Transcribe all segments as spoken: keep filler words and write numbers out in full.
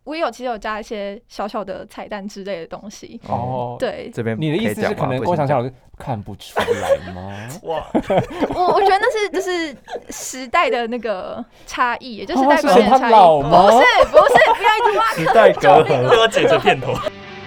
我也有其实有加一些小小的彩蛋之类的东西。 哦， 对， 这边你的意思是可能郭翔翔老师看不出来吗？ 哇，我我觉得那是就是时代的那个差异，也就是时代隔阂的差异。老吗？ 不是不是，不要一直挖坑。 时代隔阂，这要剪成片头。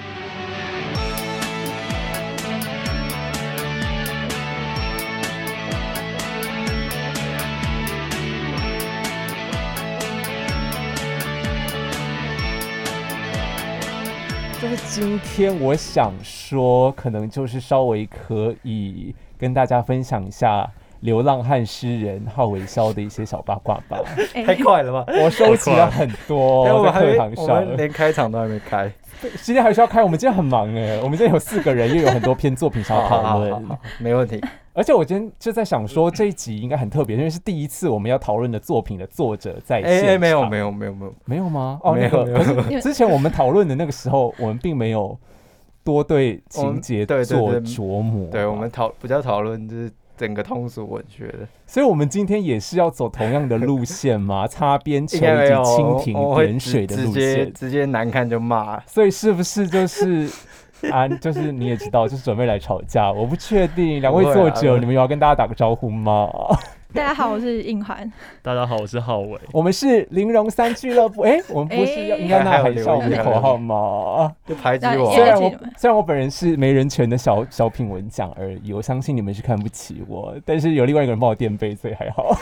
就是今天我想说，可能就是稍微可以跟大家分享一下流浪汉诗人浩伟萧的一些小八卦吧。 太快了吧！ 我收集了很多在课堂上， 我们连开场都还没开， 今天还需要开。我们今天很忙哎，我们今天有四个人，又有很多篇作品想要讨论， 没问题。 而且我今天就在想说，这一集应该很特别，因为是第一次我们要讨论的作品的作者在现场。 哎，没有没有没有没有没有吗？哦， 没有。 可是之前我们讨论的那个时候，我们并没有多对情节做琢磨。 对，我们讨比较讨论就是整个通俗文学的。 所以我们今天也是要走同样的路线吗？擦边球以及蜻蜓点水的路线， 直接直接难看就骂。 所以是不是就是？啊，就是你也知道，就是准备来吵架。我不确定，两位作者，啊、你们有要跟大家打个招呼吗？ 大家好，我是印环。 大家好，我是浩伟。 我们是零容三俱乐部。哎、欸，我们不是要应该呐喊一下我们的口号吗？ 就排挤我。 虽然我虽然我本人是没人权的小小品文奖而已，我相信你们是看不起我，但是有另外一个人帮我垫背，所以还好。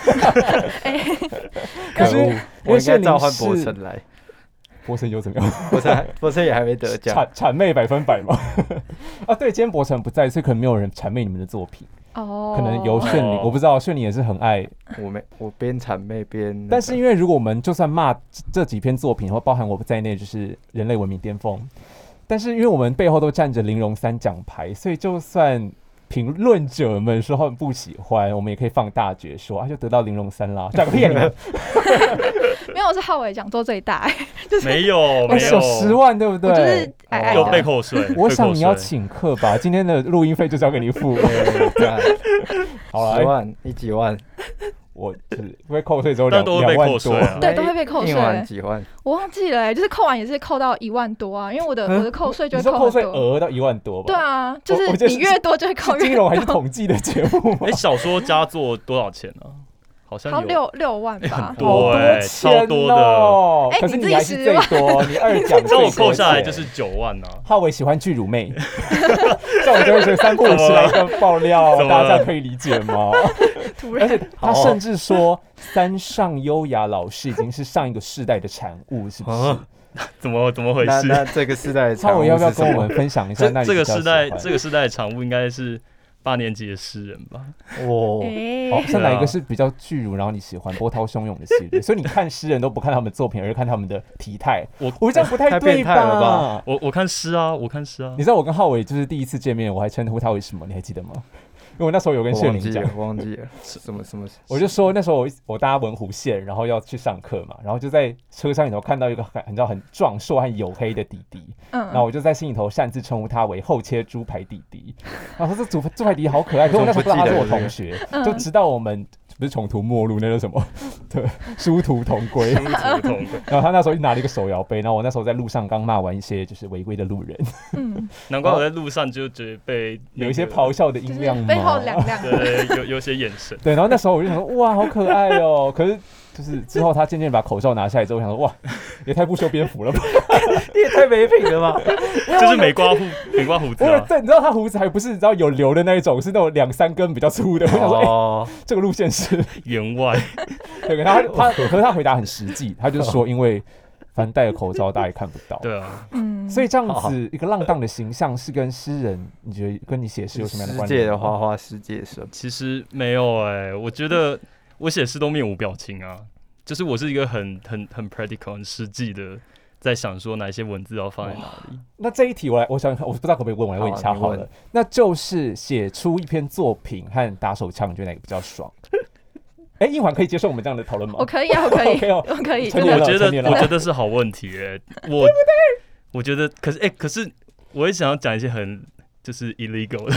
可是我应该召唤博成来。 博成又怎么样？ 博成博成也还没得奖， 谄谄媚百分百嘛。啊，对，今天博成不在，所以可能没有人谄媚你们的作品。哦，可能由炫灵，我不知道炫灵也是很爱。 我没，我边谄媚边、那個。 但是因为如果我们就算骂这几篇作品，或包含我在内，就是人类文明巅峰。但是因为我们背后都站着零容三奖牌，所以就算评论者们说他们不喜欢，我们也可以放大决说啊，就得到零容三啦，讲个屁啊！ 没有，是浩伟讲座最大，就是、 没有没有十万对不对？ 我就是矮矮的有被扣税。 我想你要请客吧，今天的录音费就交给你付。 好了，十万你几万？ 我就是会扣税之后两两万多， 对，都会被扣税。 一万几万？ 我忘记了、欸，就是扣完也是扣到一万多啊，因为我的、嗯、我的扣税就会扣很多。 你说扣税额到一万多吧？ 对啊，就是你越多就会扣越多。 是金融还是统计的节目吗？ 哎、欸，小说佳作多少钱啊？好像有六六万吧， 很多哎、欸，超多的。 哎、欸， 可是你还是最多，你二奖这我扣下来就是九万啊。 浩伟喜欢巨乳妹，这我就会觉得三不五时来一个爆料，大家可以理解吗？而且他甚至说，三上优雅老师已经是上一个世代的产物，是不是？啊、 怎么怎么回事？ 那, 那这个世代的产物， 浩伟要不要跟我们分享一下？那这个世代，这个世代的产物应该是八年级的诗人吧？ 哦，好、欸，是哪一个是比较巨乳，然后你喜欢波涛汹涌的系列？所以你看诗人都不看他们作品，而是看他们的体态。我我这样不太对吧？ 吧我我看诗啊，我看诗啊。 你知道我跟浩伟就是第一次见面，我还称呼他为什么？你还记得吗？因为我那时候有跟炫灵讲， 我忘记了什么什么， 我就说那时候 我, 我搭文湖线，然后要去上课嘛，然后就在车厢里头看到一个很你知道很壮硕和黝黑的弟弟，嗯，然后我就在心里头擅自称呼他为后切猪排弟弟，然后说这猪猪排弟弟好可爱，可是我那时候不知道他是我同学，就直到我们不是穷途末路，那叫什么？对，殊途同归。殊途同归。然后他那时候拿了一个手摇杯，然后我那时候在路上刚骂完一些就是违规的路人。嗯， 难怪我在路上就觉得被、那個、 有一些咆哮的音量嘛， 背后亮亮的。 对，有有些眼神。 对，然后那时候我就想说，哇，好可爱哦。可是就是之后他渐渐把口罩拿下来之后，我想说，哇，也太不修边幅了吧， 你也太没品了吧。 就是没刮胡，没刮胡子、啊。 对，你知道他胡子还不是你知道有留的那一种，是那种两三根比较粗的。我想说，哎、欸，这个路线是员外。 对，他他可是他回答很实际，他就说因为反正戴了口罩大家也看不到。 对啊， 嗯，所以这样子一个浪荡的形象是跟诗人，你觉得跟你写诗有什么样的关联？ 世界的花花世界是？ 其实没有哎、欸，我觉得我写诗都面无表情啊，就是我是一个很很很 practical 很实际的。在想说哪些文字要放在哪里？ 那这一题我来，我想我不知道可不可以问，我来问一下好了。那就是写出一篇作品和打手枪，你觉得哪个比较爽？哎、欸，印环可以接受我们这样的讨论吗？ 我可以啊，我可以， okay 我可以。 我觉得我觉得是好问题哎、欸，我对不对？我觉得，可是哎、欸，可是我也想要讲一些很就是 illegal 的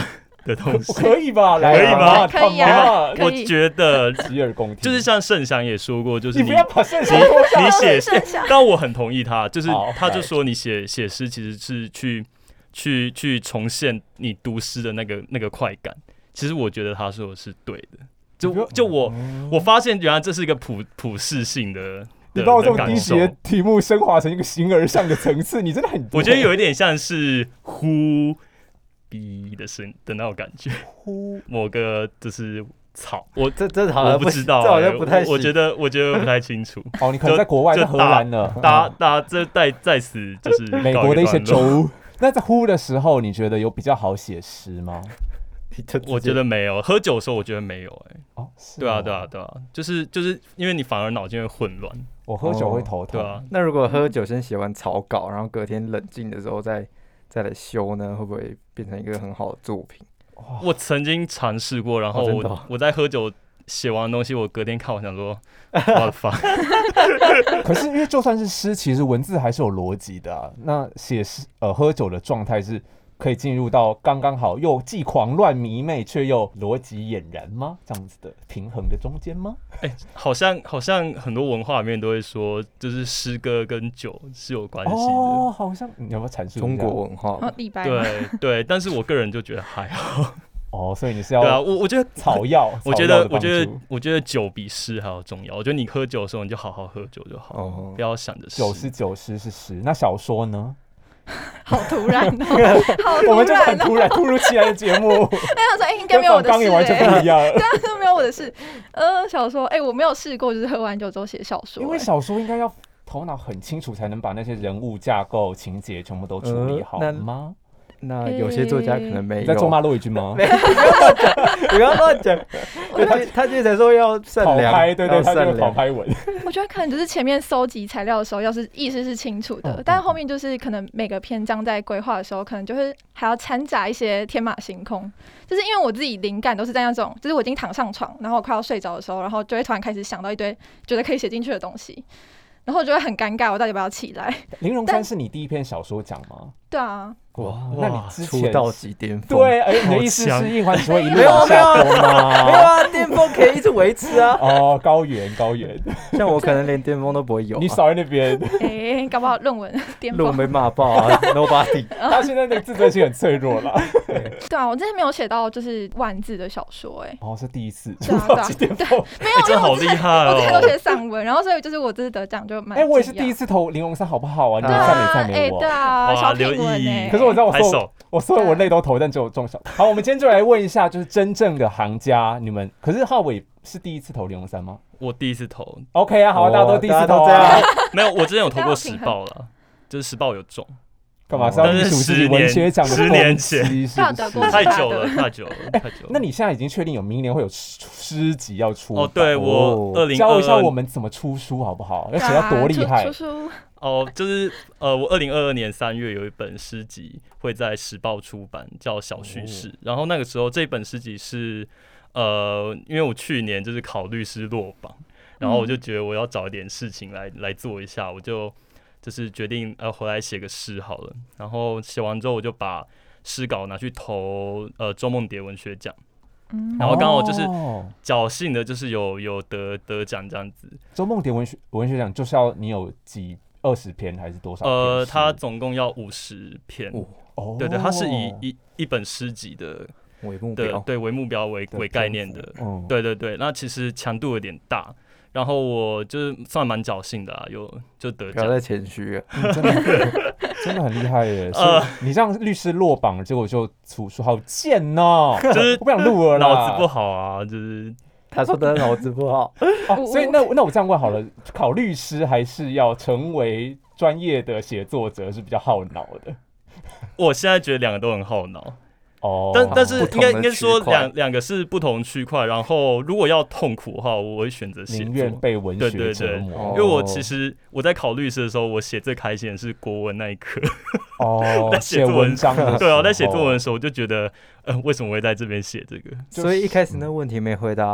的东西。 可以吧？ 可以吗？ 可以啊， 我觉得洗耳恭听， 就是像盛祥也说过，就是你, 你不要把盛祥拖下你写诗，但我很同意他，就是他就说你写写诗其实是去去去重现你读诗的那个那个快感。其实我觉得他说的是对的，就就我、嗯、我发现原来这是一个普普世性的。 你把我这种低级的题目升华成一个形而上的层次，你真的很…… 我觉得有一点像是呼逼的声的那种感觉，呼某个就是草，我这这好像我不知道、欸， 这好像不太， 我觉得我觉得不太清楚。 哦，你可能在国外，在荷兰呢， 大家大家这在在此就是美国的一些州。那在呼的时候，你觉得有比较好写诗吗？ 我觉得没有，喝酒的时候我觉得没有、欸，哎、 哦，哦对啊，对啊，对啊，就是就是因为你反而脑筋会混乱。 我喝酒会头痛、 哦，对啊。 那如果喝酒先写完草稿，然后隔天冷静的时候再再来修呢，会不会变成一个很好的作品？ 我曾经尝试过，然后我、哦、我在喝酒写完的东西，我隔天看，我想说，我的妈！ 可是因为就算是诗，其实文字还是有逻辑的啊。那写诗呃喝酒的状态是可以进入到刚刚好，又既狂乱迷妹，却又逻辑俨然吗？这样子的平衡的中间吗？ 哎、欸，好像好像很多文化里面都会说，就是诗歌跟酒是有关系的。 哦，好像你要不要阐述中国文化？ 哦，李白。 对对，但是我个人就觉得还好。 哦，所以你是要对啊，我我觉得草药， 我觉得我觉得我觉得酒比诗还要重要。我觉得你喝酒的时候，你就好好喝酒就好，哦、不要想着诗。 酒是酒，诗是诗。那小说呢？ 好突然哦，好突然、哦， 我们就是很突然、突如其来的节目。 哎，我说哎，应该没有我的事、欸， 刚也完全不一样。 对啊，都没有我的事。呃，小说，哎、欸，我没有试过，就是喝完酒之后写小说、欸。 因为小说应该要头脑很清楚，才能把那些人物架构、情节全部都处理好吗？ 呃那有些作家可能没有。 你在咒骂骆以军吗？ 没有，不要乱讲，不要乱讲。他他今天才说要善良， 拍对对，他就跑拍文。 我觉得可能就是前面搜集材料的时候，要是意思是清楚的，嗯、但是后面就是可能每个篇章在规划的时候，可能就是还要掺杂一些天马行空。就是因为我自己灵感都是在那种，就是我已经躺上床，然后我快要睡着的时候，然后就会突然开始想到一堆觉得可以写进去的东西。然后我就会很尴尬，我到底要不要起来？ 玲珑山是你第一篇小说奖吗？ 对啊。 哇，那你之前出道即巅峰？ 对，哎、欸，你的意思是印环只会一路往下坡吗？ 没有啊，巅峰可以一直维持啊。 哦，高原高原， 像我可能连巅峰都不会有、啊。 你少在那边。 哎、欸，搞不好论文巅峰。 论文被骂爆啊 ，Nobody。 他现在那个自尊心很脆弱了。 对啊，我之前没有写到就是万字的小说、欸，哎。 哦，是第一次。 对啊对啊。 巅峰没有， 真的好厉害哦！ 我之前都写散文，然后所以就是我这次得奖就蛮。 哎、欸，我也是第一次投玲珑山，好不好啊？你赞美赞美我。 对啊，小刘毅。 可是我知道我说。我所有文类都投，但只有中小。好，我们今天就来问一下，就是真正的行家，你们可是浩伟是第一次投玲珑山吗？ 我第一次投。 OK 啊，好啊，大家都第一次投啊。 啊没有，我之前有投过时报了，就是时报有中。 干嘛？是要隶属自己文学奖的十年前，太久了，太久了，太久了。 那你现在已经确定有明年会有诗集要出？ 哦，对，我二零教一下我们怎么出书好不好？要写到多厉害？ 出书。 哦，就是呃，我二零二二年三月有一本诗集会在时报出版，叫《小叙事》。然后那个时候这本诗集是呃，因为我去年就是考律师落榜，然后我就觉得我要找一点事情来来做一下，我就就是决定呃回来写个诗好了。然后写完之后，我就把诗稿拿去投呃周梦蝶文学奖。然后刚好就是侥幸的，就是有有得得奖这样子。 周梦蝶文学文学奖就是要你有几二十篇还是多少篇？ 呃，它总共要五十篇。哦，对对，它是以一一本诗集的为目标， 对为目标为为概念的。嗯，对对对，那其实强度有点大。然后我就是算蛮侥幸的啊，有就得奖。 不要再谦虚了， 嗯、真的真的很厉害耶！呃，你让律师落榜，结果就出书，好贱哦！ 就是我不想录了啦， 脑子不好啊，就是他说的脑子不好。 哦，所以那那我这样问好了，考律师还是要成为专业的写作者是比较耗脑的？ 我现在觉得两个都很耗脑。 哦， 但但是应该应该说两两个是不同区块，然后如果要痛苦的话，我会选择写作， 宁愿被文学折磨。 因为我其实我在考律师的时候，我写最开心的是国文那一科。 哦， 在写文章的时候， 对啊，在写作文的时候，我就觉得，呃，为什么会在这边写这个？ 所以一开始那个问题没回答，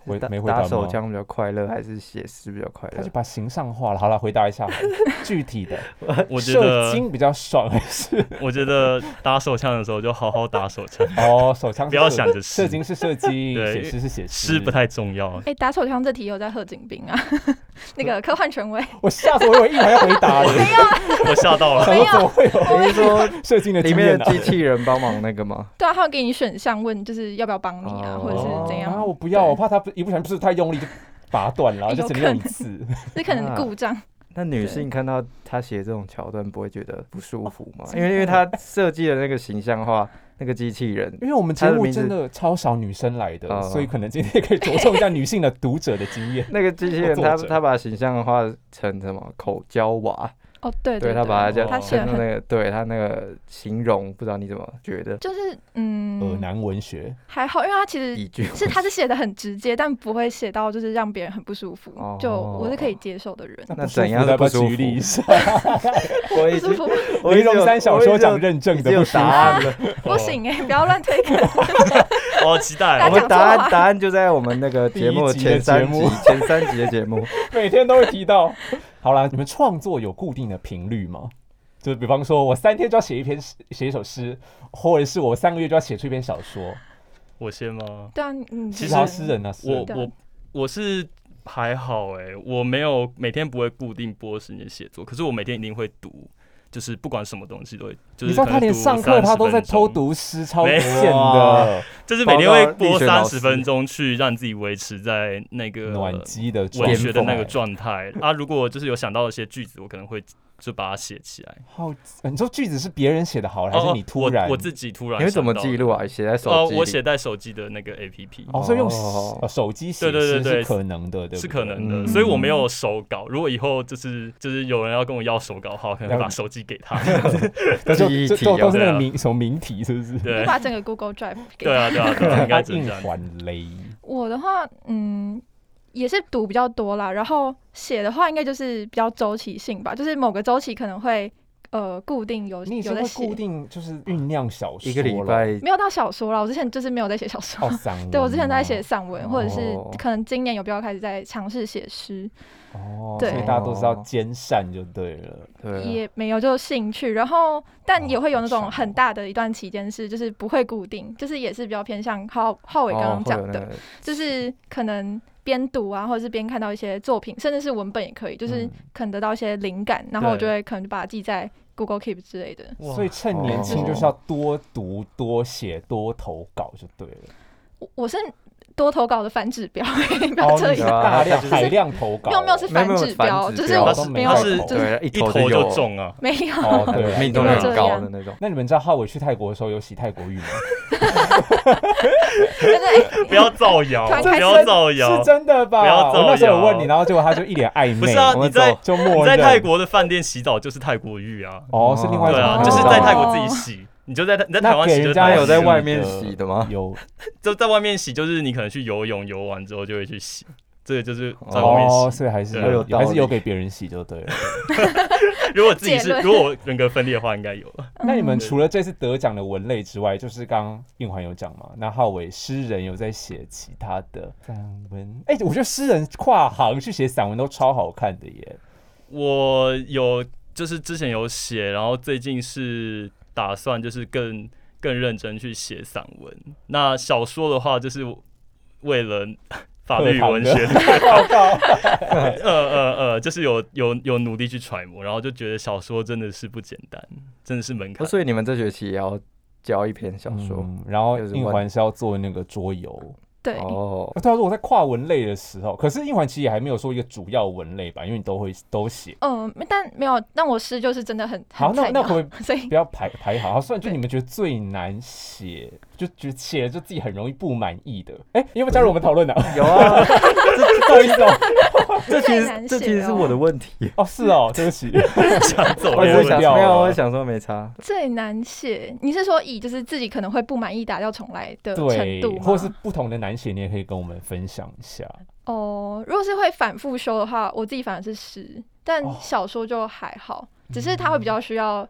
回没回答打手枪比较快乐，还是写诗比较快乐？ 他就把形象化了。好了，回答一下具体的。 我觉得射精比较爽还是？ 我觉得打手枪的时候就好好打手枪。 哦，手枪不要想着射精是射精，写诗是写诗， 诗不太重要。 哎、欸，打手枪这题有在贺锦斌啊，那个科幻权威。 我吓死我，以为一环要回答了。 没有， 我吓到了。 没有，怎么会有？ 你是说射精的里面的机器人帮忙那个吗？ 对啊，他会给你选项，问就是要不要帮你啊，哦、或者是怎样。 啊，我不要，我怕他一不小心不是太用力就拔断了，就只能用一次。 这可能故障。 那女性看到他写这种桥段，不会觉得不舒服吗？因为因为他设计的那个形象化。那个机器人， 因为我们节目真的超少女生来的，哦、所以可能今天也可以着重一下女性的读者的经验。 那个机器人他，他他把形象化成什么口交娃？ 哦，对对， 对他把它叫他写那个，对他那个形容，不知道你怎么觉得？ 就是嗯， 耳男文学还好，因为他其实是他是写的很直接，但不会写到就是让别人很不舒服，哦、就我是可以接受的人。 那怎样的不舒服？ 举例一下。 我已经， 林荣三小说奖认证的， 有答案了。 不行哎、欸，不要乱推坑。 我期待。 我们答案答案就在我们那个节目前三集前三集的节目， 每天都会提到。好啦，你们创作有固定的频率吗？就比方说我三天就要写一篇写一首诗，或者是我三个月就要写出一篇小说。 我先吗？ 对啊，嗯， 其实诗人啊， 我我我是还好哎、欸，我没有每天不会固定拨时间写作，可是我每天一定会读。就是不管什么东西都会，就是你知道他连上课他都在偷读诗，超贱的。 就是每天会播三十分钟去让自己维持在那个暖机的文学的那个状态。啊，如果就是有想到一些句子，我可能会就把它写起来。 好，你说句子是别人写的好，还是你突然？ 哦、我, 我自己突然。 你会怎么记录啊？写在手机？ 哦，我写在手机的那个 A P P。 哦，所以用手机写诗是可能的，对对对， 是可能的。嗯、所以我没有手稿。如果以后就是就是有人要跟我要手稿的话，可能会把手机给他。 都是都都是那个名什么名题，是不是？ 对， 把整个 Google Drive 给对啊对啊对啊，应该这样。 我的话，嗯，也是读比较多啦，然后写的话，应该就是比较周期性吧，就是某个周期可能会呃固定有你有在写， 固定就是酝酿小说， 一个礼拜没有到小说啦。我之前就是没有在写小说， 哦，散文。 对我之前在写散文，或者是可能今年有必要开始在尝试写诗。 哦，所以大家都是要兼善就对了， 对， 也没有就兴趣，然后但也会有那种很大的一段期间是就是不会固定，就是也是比较偏向浩浩伟刚刚讲的，哦那個、就是可能边读啊，或者是边看到一些作品，甚至是文本也可以，就是可能得到一些灵感，嗯、然后我就会可能就把它记在 Google Keep 之类的。 所以趁年轻就是要多读、多写、多投稿就对了。 我我是。多投稿的反指标，不要这样， 大量海量投稿， 没有没有是反指标，就是我没有是对一投就中啊， 没有， 哦对， 命中率很高的那种。 那你们知道浩伟去泰国的时候有洗泰国浴吗？ 不要造谣，不要造谣， 是真的吧？ 不要造谣。 我那时候有问你，然后结果他就一脸暧昧。 不是啊，你在就默你在泰国的饭店洗澡就是泰国浴啊， 哦是另外一种， 对啊，就是在泰国自己洗。你就在你在台湾洗， 人家有在外面洗的吗？ 有， 就在外面洗，就是你可能去游泳，游完之后就会去洗，这个就是在外面洗， 哦、所以还是有还是有给别人洗就对了。 如果自己是如果我人格分裂的话，应该有了。 那你们除了这次得奖的文类之外，就是刚刚运环有讲嘛？那浩伟诗人有在写其他的散文？哎、欸，我觉得诗人跨行去写散文都超好看的耶。 我有，就是之前有写，然后最近是。打算就是更更认真去写散文。那小说的话，就是为了法律与文学的报告，呃呃呃，就是有有有努力去揣摩，然后就觉得小说真的是不简单，真的是门槛。 所以你们这学期也要交一篇小说， 嗯、然后印环是要做那个桌游。 对哦，对啊，我在跨文类的时候，可是印环其实也还没有说一个主要文类吧，因为你都会都写。 嗯，但没有，但我诗就是真的很好，那那可不可以不要排排好？好，算就你们觉得最难写，就觉得写了就自己很容易不满意的。哎、欸，你有没有加入我们讨论呢？ 有啊， 不好意思哦， 这其实这其实是我的问题哦，是哦，对不起， 想走我也想没有，我想说没差。 最难写，你是说以就是自己可能会不满意打掉重来的程度吗？ 或是不同的难写，你也可以跟我们分享一下。 哦，如果是会反复修的话，我自己反而是诗，但小说就还好，哦、只是它会比较需要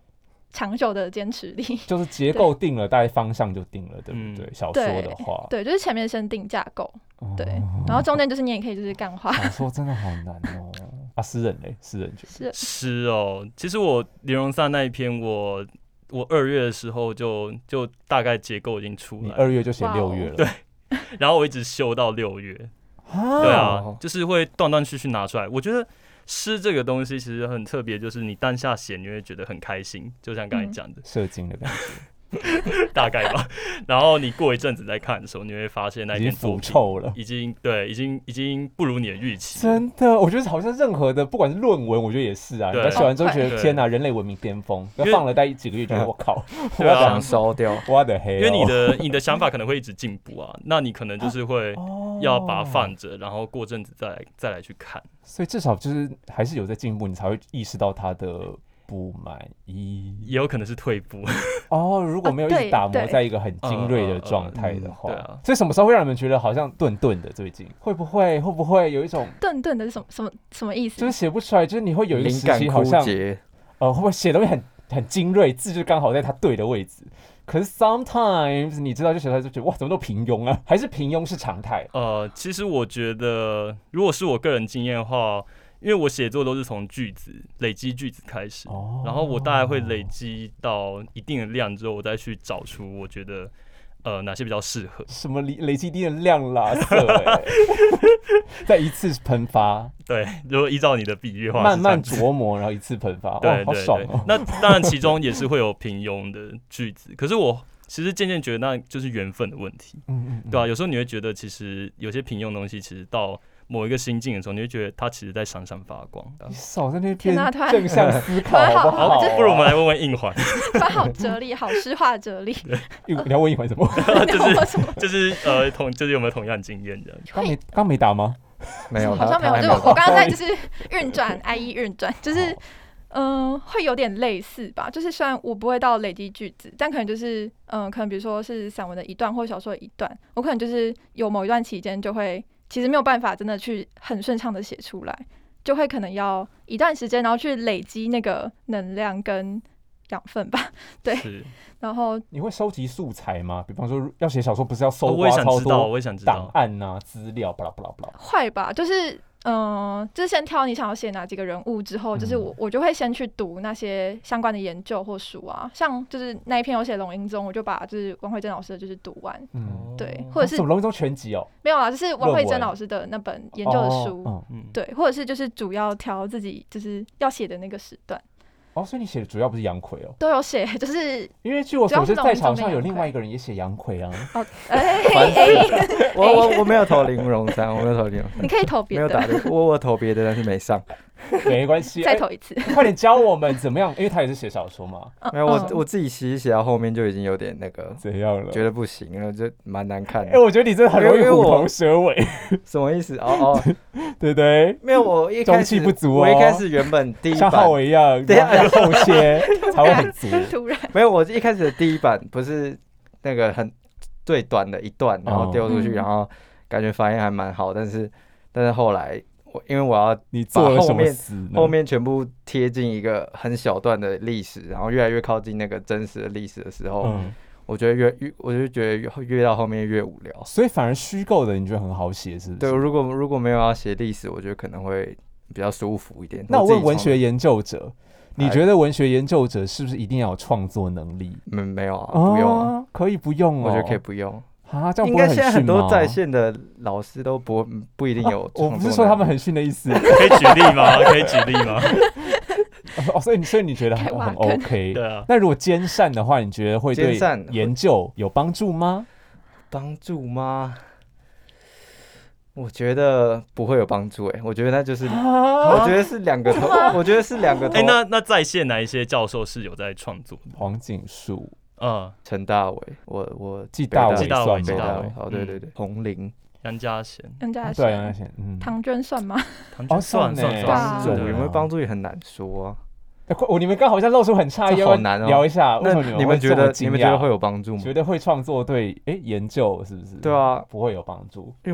长久的坚持力。 就是结构定了，大概方向就定了，对不对？嗯、小说的话， 对，就是前面先定架构，哦、对，然后中间就是你也可以就是干话。 小说真的好难哦。啊，诗人嘞，诗人觉得诗哦，其实我林荣萨那一篇我。我二月的时候就就大概结构已经出来， 你二月就写六月了， 对，然后我一直修到六月，对啊，就是会断断续续拿出来。我觉得诗这个东西其实很特别，就是你当下写你会觉得很开心，就像刚才讲的， 射精的感觉。 大概吧，然后你过一阵子再看的时候，你会发现那一篇作品臭了， 已经对，已经已经不如你的预期。 真的，我觉得好像任何的，不管是论文，我觉得也是啊。你写完之后觉得天哪，人类文明巅峰，要放了待几个月，觉得我靠， 我要想烧掉， 我的黑。 因为你的你的想法可能会一直进步啊，那你可能就是会要把它放着，然后过阵子再来再来去看。 所以至少就是还是有在进步，你才会意识到它的不满意， 也有可能是退步哦。如果没有一直打磨在一个很精锐的状态的话，所以什么时候会让你们觉得好像顿顿的？最近会不会会不会有一种顿顿的是什么什么什么意思？ 就是写不出来，就是你会有一个时期好像呃，会不会写东西很很精锐，字就刚好在它对的位置。可是 sometimes 你知道就写出来就觉得哇，怎么都平庸啊？还是平庸是常态？ 呃，其实我觉得，如果是我个人经验的话。因为我写作都是从句子累积句子开始，哦、然后我大概会累积到一定的量之后，我再去找出我觉得呃哪些比较适合。 什么累积一定的量啦，欸、再一次喷发。 对，如果依照你的比喻的话， 慢慢琢磨，然后一次喷发， 对， 好爽哦。 那当然其中也是会有平庸的句子，可是我其实渐渐觉得那就是缘分的问题，嗯嗯嗯对啊，有时候你会觉得其实有些平庸的东西，其实到某一个心境的时候，你会觉得它其实在闪闪发光。 你少在那边正向思考好不好？ 好，不如我们来问问印环。 他好哲理，好诗化哲理。 你要问印环什么？ 就是就是呃同就是有没有同样经验的？ 刚没刚没打吗？ 没有， 好像没有。就我刚刚在就是运转 ，I E 运转，就是嗯、呃、会有点类似吧。就是虽然我不会到累积句子，但可能就是嗯、呃、可能比如说是散文的一段或小说的一段，我可能就是有某一段期间就会。其实没有办法真的去很顺畅的写出来，就会可能要一段时间，然后去累积那个能量跟养分吧。对，然后你会收集素材吗？比方说要写小说，不是要搜刮超多档案啊、资料，巴拉巴拉巴拉。 会吧，就是。嗯，就是先挑你想要写哪几个人物之后，就是我我就会先去读那些相关的研究或书啊，像就是那一篇有写龙瑛宗，我就把就是王慧珍老师的就是读完，嗯，对，或者是龙瑛宗全集哦， 没有啦，就是王慧珍老师的那本研究的书，哦嗯、对，或者是就是主要挑自己就是要写的那个时段。 哦，所以你写的主要不是杨奎哦， 都有写，就是因为据我所知，在场上有另外一个人也写杨奎啊。哦， 哎、 欸，我我我没有投林荣三，我没有投林荣三， 你可以投别的， 没有打的，我我投别的，但是没上， 没关系， 再投一次、 欸，快点教我们怎么样，因为他也是写小说嘛。 没有，我我自己其实写到后面就已经有点那个怎样了， 觉得不行了，就蛮难看的。 哎、欸，我觉得你真的很容易虎头蛇尾， 什么意思？哦哦， 对对， 没有，我一开始中气不足哦， 我一开始原本第一版像浩伟一样，对啊，后切。才会很足， 突然没有。我一开始的第一版不是那个很最短的一段，然后丢出去，嗯、然后感觉反应还蛮好，但是但是后来我因为我要你做了什么事呢？ 后面全部贴进一个很小段的历史，然后越来越靠近那个真实的历史的时候，嗯、我觉得越越我就觉得越越到后面越无聊， 所以反而虚构的你觉得很好写，是不是？ 对，如果如果没有要写历史，我觉得可能会比较舒服一点。 那我问文学研究者。你觉得文学研究者是不是一定要有创作能力？ 嗯，没有啊，不用、啊哦， 可以不用哦。 我觉得可以不用啊，这样不会很逊吗？应该现在很多在线的老师都不不一定有、啊。 我不是说他们很逊的意思， 可以举例吗？可以举例吗？ 哦，所以所以你觉得很很 OK？ 对啊。 那如果兼善的话，你觉得会对研究有帮助吗？ 帮助吗？我觉得不会有帮助哎，我觉得那就是，啊、我觉得是两个头，我觉得是两个头。 哎、欸，那那在线哪一些教授是有在创作的？ 黄锦树， 嗯，陈大伟，我我季大伟算吗？ 季大伟，哦，对对对，洪玲、 杨家贤， 杨家贤， 对杨家贤，嗯， 唐娟算吗？ 唐娟算算帮助有没有帮助也很难说啊。 我你们刚好像露出很诧异， 好难哦。 聊一下，为什么你们觉得你们觉得会有帮助吗？ 觉得会创作对哎研究是不是？ 对啊， 不会有帮助， 因为我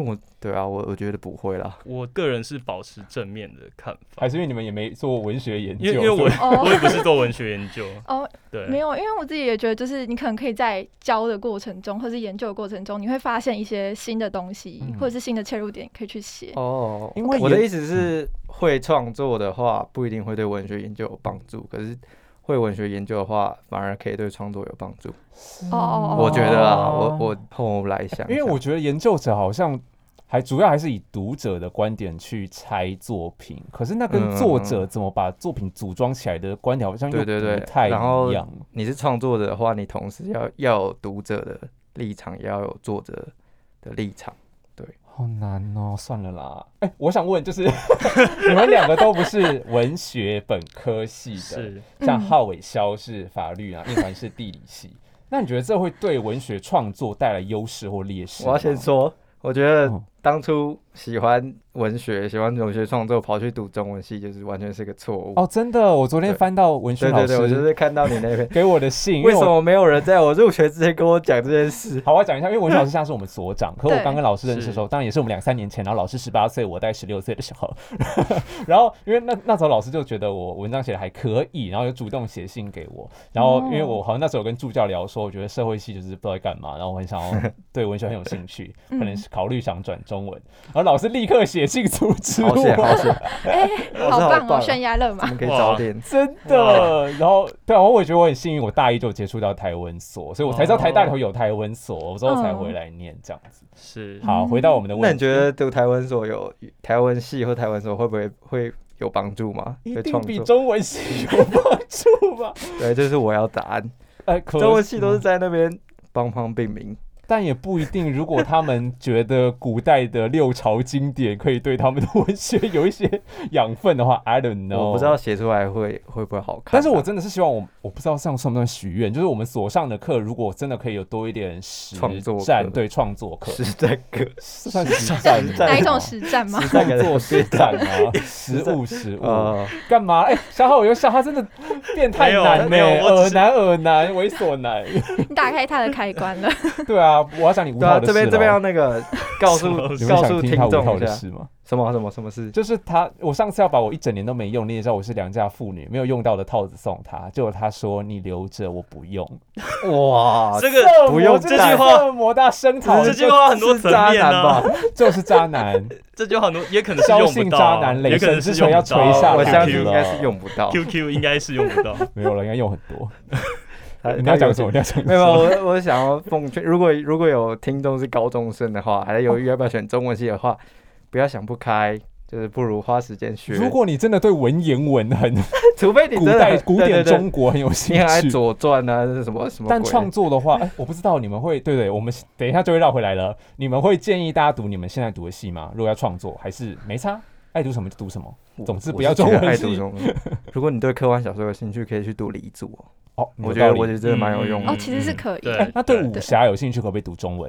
对啊，我我觉得不会啦。 我个人是保持正面的看法， 还是因为你们也没做文学研究？ 因为因为我、哦、我也不是做文学研究哦， 对， 没有，因为我自己也觉得，就是你可能可以在教的过程中，或是研究的过程中，你会发现一些新的东西，嗯、或者是新的切入点可以去写。 哦，因为我的意思是，会创作的话不一定会对文学研究有帮助，可是会文学研究的话，反而可以对创作有帮助。 哦， 我觉得啊，我我后来想， 因为我觉得研究者好像。还主要还是以读者的观点去拆作品，可是那跟作者怎么把作品组装起来的观点好像又不太一样。 然后你是创作者的话，你同时要要有读者的立场，也要有作者的立场。对， 好难哦，算了啦。哎、欸，我想问，就是你们两个都不是文学本科系的，像浩伟萧是法律啊，印环是地理系，那你觉得这会对文学创作带来优势或劣势？ 我要先说。我觉得当初喜欢文学、喜欢文学创作，跑去读中文系，就是完全是个错误。 哦，真的，我昨天翻到文学老师， 对对对，我就是看到你那边给我的信， 为什么没有人在我入学之前跟我讲这件事？ 好，我要讲一下，因为文学老师现在是我们所长，可我刚跟老师认识的时候，当然也是我们两三年前，然后老师十八岁，我大概十六岁的时候，然后因为那那时候老师就觉得我文章写的还可以，然后就主动写信给我，然后因为我好像那时候有跟助教聊说，我觉得社会系就是不知道在干嘛，然后我很想要对文学很有兴趣，可能是考虑想转中文，然后老师立刻写信阻止我， 好险好险， 哎，好棒哦，悬崖勒马， 我们可以早点， 真的。然后对啊，我也觉得我很幸运，我大一就接触到台文所，所以我才知道台大里头有台文所，我之后才回来念这样子。 是， 好，回到我们的问题， 那你觉得读台文所有台文系或台文所会不会会有帮助吗？ 一定比中文系有帮助吧？ 对，这是我要答案。 呃， 中文系都是在那边帮帮病名。 但也不一定，如果他们觉得古代的六朝经典可以对他们的文学有一些养分的话 ，I don't know， 我不知道写出来会会不会好看。 但是我真的是希望我，我不知道这样算不算许愿，就是我们所上的课，如果真的可以有多一点实战，对创作课， 实战课算实战， 哪一种实战吗？ 创作实战啊，实物实物，干嘛？哎，小浩有小浩真的变态男呢，耳男耳男猥琐男， 你打开他的开关了。 对啊。我要讲你无套的事、啊、 这边这边要那个告诉告诉听众一下什么什么什么什么事， 就是他，我上次要把我一整年都没用，你也知道我是良家妇女，没有用到的套子送他，结果他说你留着我不用， 哇， 这个不用这句话，摩大声讨， 这句话很多层面啊， 就是渣男， 这句话很多也可能是用不到， 渣男雷神之锤要垂下， 我相信应该是用不到 ，Q Q 应该是用不到， 没有了，应该用很多。你要讲什么？你要讲什么？ 没有，我我想要奉劝，如果如果有听众是高中生的话，还在犹豫要不要选中文系的话，不要想不开，就是不如花时间学。 如果你真的对文言文很， 除非你古代古典中国很有兴趣， 你还《左传》啊，是什么什么？ 但创作的话，哎，我不知道你们会对对，我们等一下就会绕回来了。你们会建议大家读你们现在读的系吗？如果要创作，还是没差？爱读什么就读什么，总之不要中文系。 如果你对科幻小说有兴趣，可以去读理组哦。 哦， 我觉得我觉得真的蛮有用的。 哦，其实是可以。 对， 欸、那对武侠有兴趣，可不可以读中文？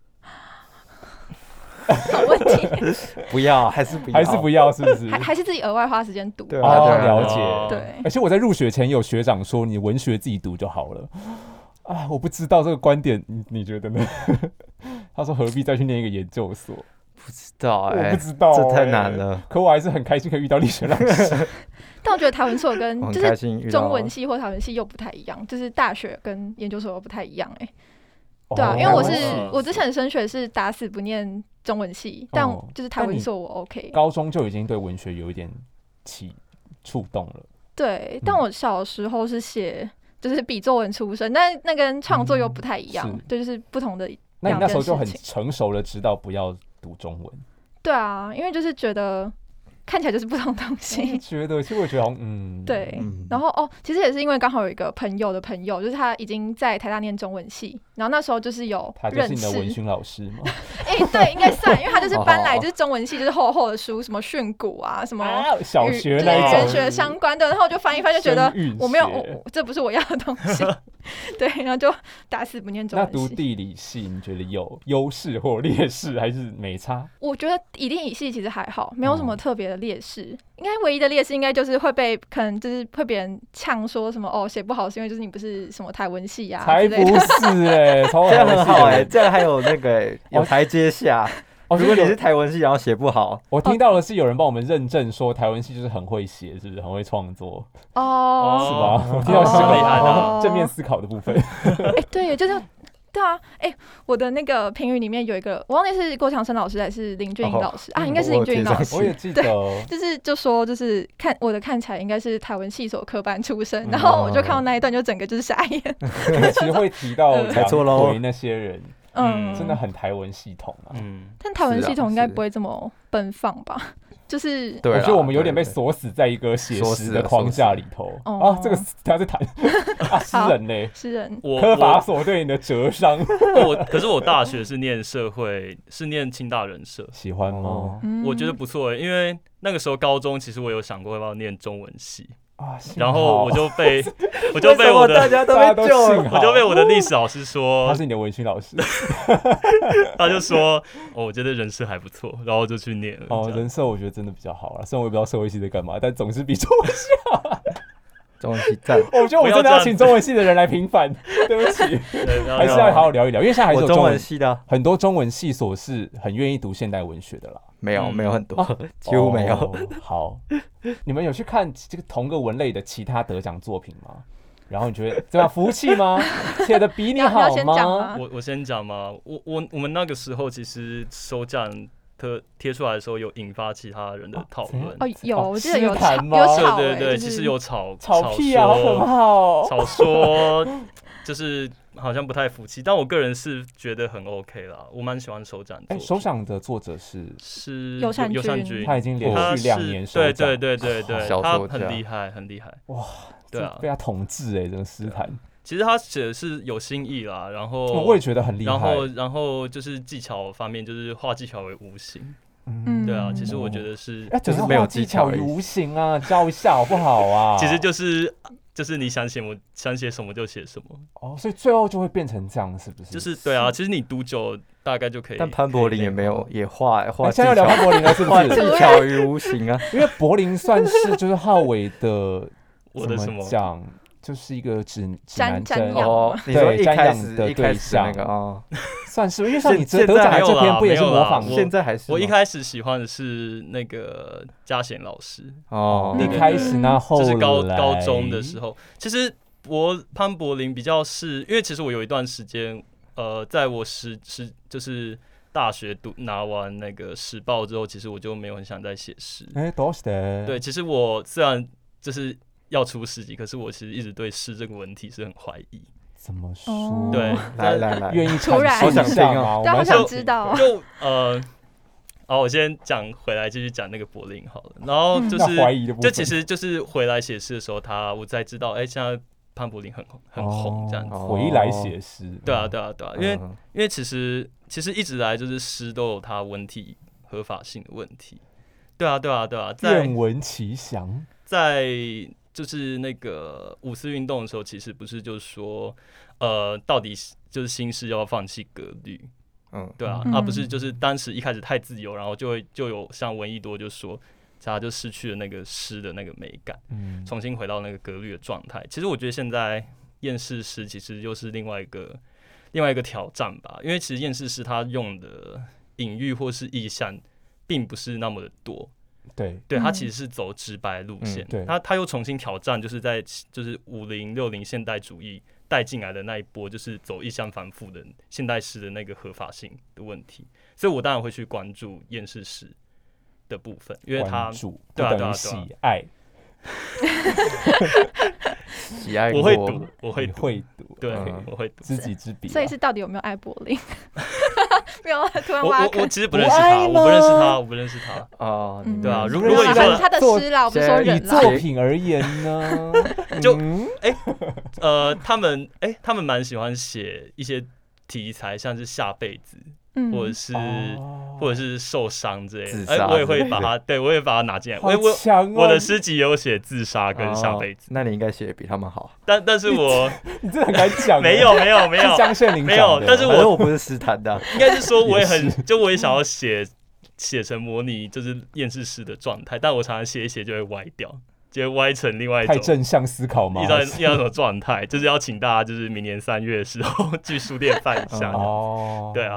好问题。 不要，还是不要， 还是不要，是不是？ 还还是自己额外花时间读。 对啊，了解。 对。 而且我在入学前有学长说，你文学自己读就好了。啊，我不知道这个观点，你你觉得呢？他说何必再去念一个研究所？ 不知道哎、欸， 我不知道、欸， 这太难了。 可我还是很开心可以遇到历史老师。 但我觉得台文所跟就是中文系或台文系又不太一样，就是大学跟研究所又不太一样哎、欸。对啊，因为我是我之前升学是打死不念中文系，但就是台文所我 OK。 高中就已经对文学有一点起触动了。 对，但我小时候是写就是笔作文出身，但那跟创作又不太一样，对、嗯，就是不同的。 那你那时候就很成熟的知道不要读中文。 对啊，因为就是觉得看起来就是不同东西。 觉得，其实我觉得，嗯， 对。然后哦，其实也是因为刚好有一个朋友的朋友，就是他已经在台大念中文系，然后那时候就是有认识。 他就是你的文勋老师吗？ 哎、欸，对，应该算，因为他就是搬来就是中文系，就是厚厚的书，什么训诂啊，什么、啊、 小学那一种学相关的，然后我就翻一翻，就觉得我没有，我这不是我要的东西。对，然后就打死不念中文系。 那读地理系，你觉得有优势或劣势，还是没差？ 我觉得以地理系其实还好，没有什么特别的劣势。嗯、应该唯一的劣势，应该就是会被可能就是会别人呛说什么哦，写不好是因为就是你不是什么台文系啊之类的。 才不是哎、欸， 这样很好哎、欸，这样还有那个、欸、有台阶下。 哦， 如果你是台文系，然后写不好， 我听到的是有人帮我们认证说台文系就是很会写，是不是很会创作？ 哦， 是吧？我听到是这个厉害的正面思考的部分。 哎，对，就是。对啊，哎、欸，我的那个评语里面有一个，我忘记是郭强生老师还是林俊颖老师、哦、啊，应该是林俊颖老师。 我也记得， 就是就说就是看我的看起来应该是台文系所科班出身，嗯、然后我就看到那一段就整个就是傻眼。 其实会提到猜错喽那些人，嗯，真的很台文系统啊。嗯， 但台文系统应该不会这么奔放吧？就是我觉得我们有点被锁死在一个写实的框架里头啊，这个他在谈啊，诗人嘞， 诗人， 科法所对你的折伤。 我可是我大学是念社会，是念清大人社， 喜欢吗？ 我觉得不错，因为那个时候高中其实我有想过要不要念中文系。 啊、 然后我就被我就被我的大家都被救了， 我就被我的历史老师说他是你的文学老师， 他就说哦，我觉得人社还不错，然后就去念了。 哦，人社我觉得真的比较好啦，虽然我也不知道社会系在干嘛，但总是比中文系好。 中文系赞， 我觉得我真的要请中文系的人来平反，对不起，还是要好好聊一聊，因为现在还是有中文系的很多中文系所是很愿意读现代文学的啦。 没有，没有很多，啊、几乎没有、 哦。好，你们有去看这个同个文类的其他得奖作品吗？然后你觉得怎么样？服气吗？写的比你好吗？ 我我先讲吗？我我我们那个时候其实收奖特贴出来的时候，有引发其他人的讨论。 哦，有，我记得有吵， 有吵， 对对对，其实有吵吵屁啊，好可怕哦！ 吵说就是好像不太服气，但我个人是觉得很 OK 啦，我蛮喜欢首奖。 哎，首奖的作者是是尤善君， 他已经连续两年首奖， 对对对对对，他很厉害，很厉害。 哇， 对啊， 被他统治哎，这个诗坛。 其实他写的是有新意啦，然后我也觉得很厉害。 然后，然后就是技巧方面，就是画技巧为无形。嗯，对啊，其实我觉得是， 就是没有技巧与无形啊，教一下好不好啊？ 其实就是就是你想写我想写什么就写什么。 哦，所以最后就会变成这样，是不是？ 就是对啊，其实你读久大概就可以。 但潘柏林也没有也画画， 现在要聊潘柏林了，是不是？ 技巧与无形啊， 因为柏林算是就是浩伟的， 我的什么讲？就是一个指指南针哦，你说一开始的对象那个哦， 算是因为像你得奖的这篇不也是模仿？ 现在还是我一开始喜欢的是那个嘉贤老师哦，一开始那后就是高高中的时候，其实柏潘柏林比较是因为其实我有一段时间呃，在我时时就是大学读拿完那个时报之后，其实我就没有很想再写诗。 哎，都是的。 对，其实我虽然就是要出诗集，可是我其实一直对诗这个文体是很怀疑。 怎么说？ 对， 来来来， 愿意突然好想听啊！ 对，好想知道。 就呃，好，我先讲回来，继续讲那个柏林好了。然后就是， 嗯、 就其实就是回来写诗的时候，他我才知道，哎、欸，现在潘柏林很很红这样子。 哦、回来写诗， 对啊，对啊，对啊，因为、嗯、因为其实其实一直来就是诗都有它文体合法性的问题。对啊，对啊，对啊，在愿闻其详， 在。就是那个五四运动的时候，其实不是就是说，呃，到底就是新诗要不要放弃格律，嗯，对啊，而、嗯啊、不是就是当时一开始太自由，然后就会就有像闻一多就说，他就失去了那个诗的那个美感，嗯，重新回到那个格律的状态。其实我觉得现在厌世诗其实又是另外一个另外一个挑战吧，因为其实厌世诗它用的隐喻或是意象，并不是那么的多。 对， 对，他其实是走直白路线，嗯、对，他他又重新挑战，就是在就是五零六零现代主义带进来的那一波，就是走意象繁复的现代诗的那个合法性的问题，所以我当然会去关注厌世诗的部分，因为他对啊对啊喜爱， 喜爱， 我会读，我会会读， 对，嗯、我会读， 知己知彼、啊， 所以是到底有没有爱柏林？没有，突然我我我其实不认识他，我不认识他，我不认识他哦， 嗯、 对啊，如如果你说他的诗啦，我不说人以作品而言呢， 就哎、欸、呃，他们哎、欸，他们蛮喜欢写一些题材，像是下辈子。嗯、或者是、哦、或者是受伤之类的，哎、欸，我也会把它，对我也把它拿进来。我、哦、我我的诗集有写自杀跟下辈子、 哦，那你应该写的比他们好。 但但是我你真的很敢讲， 没有没有没有， 江炫林没有，但是我我不是诗坛的， 应该是说我也很，就我也想要写写成模拟就是厌世诗的状态，但我常常写一写就会歪掉。就会歪成另外一种太正向思考吗？ 一种一种状态，就是要请大家就是明年三月的时候去书店翻一下。哦，对啊， 哎、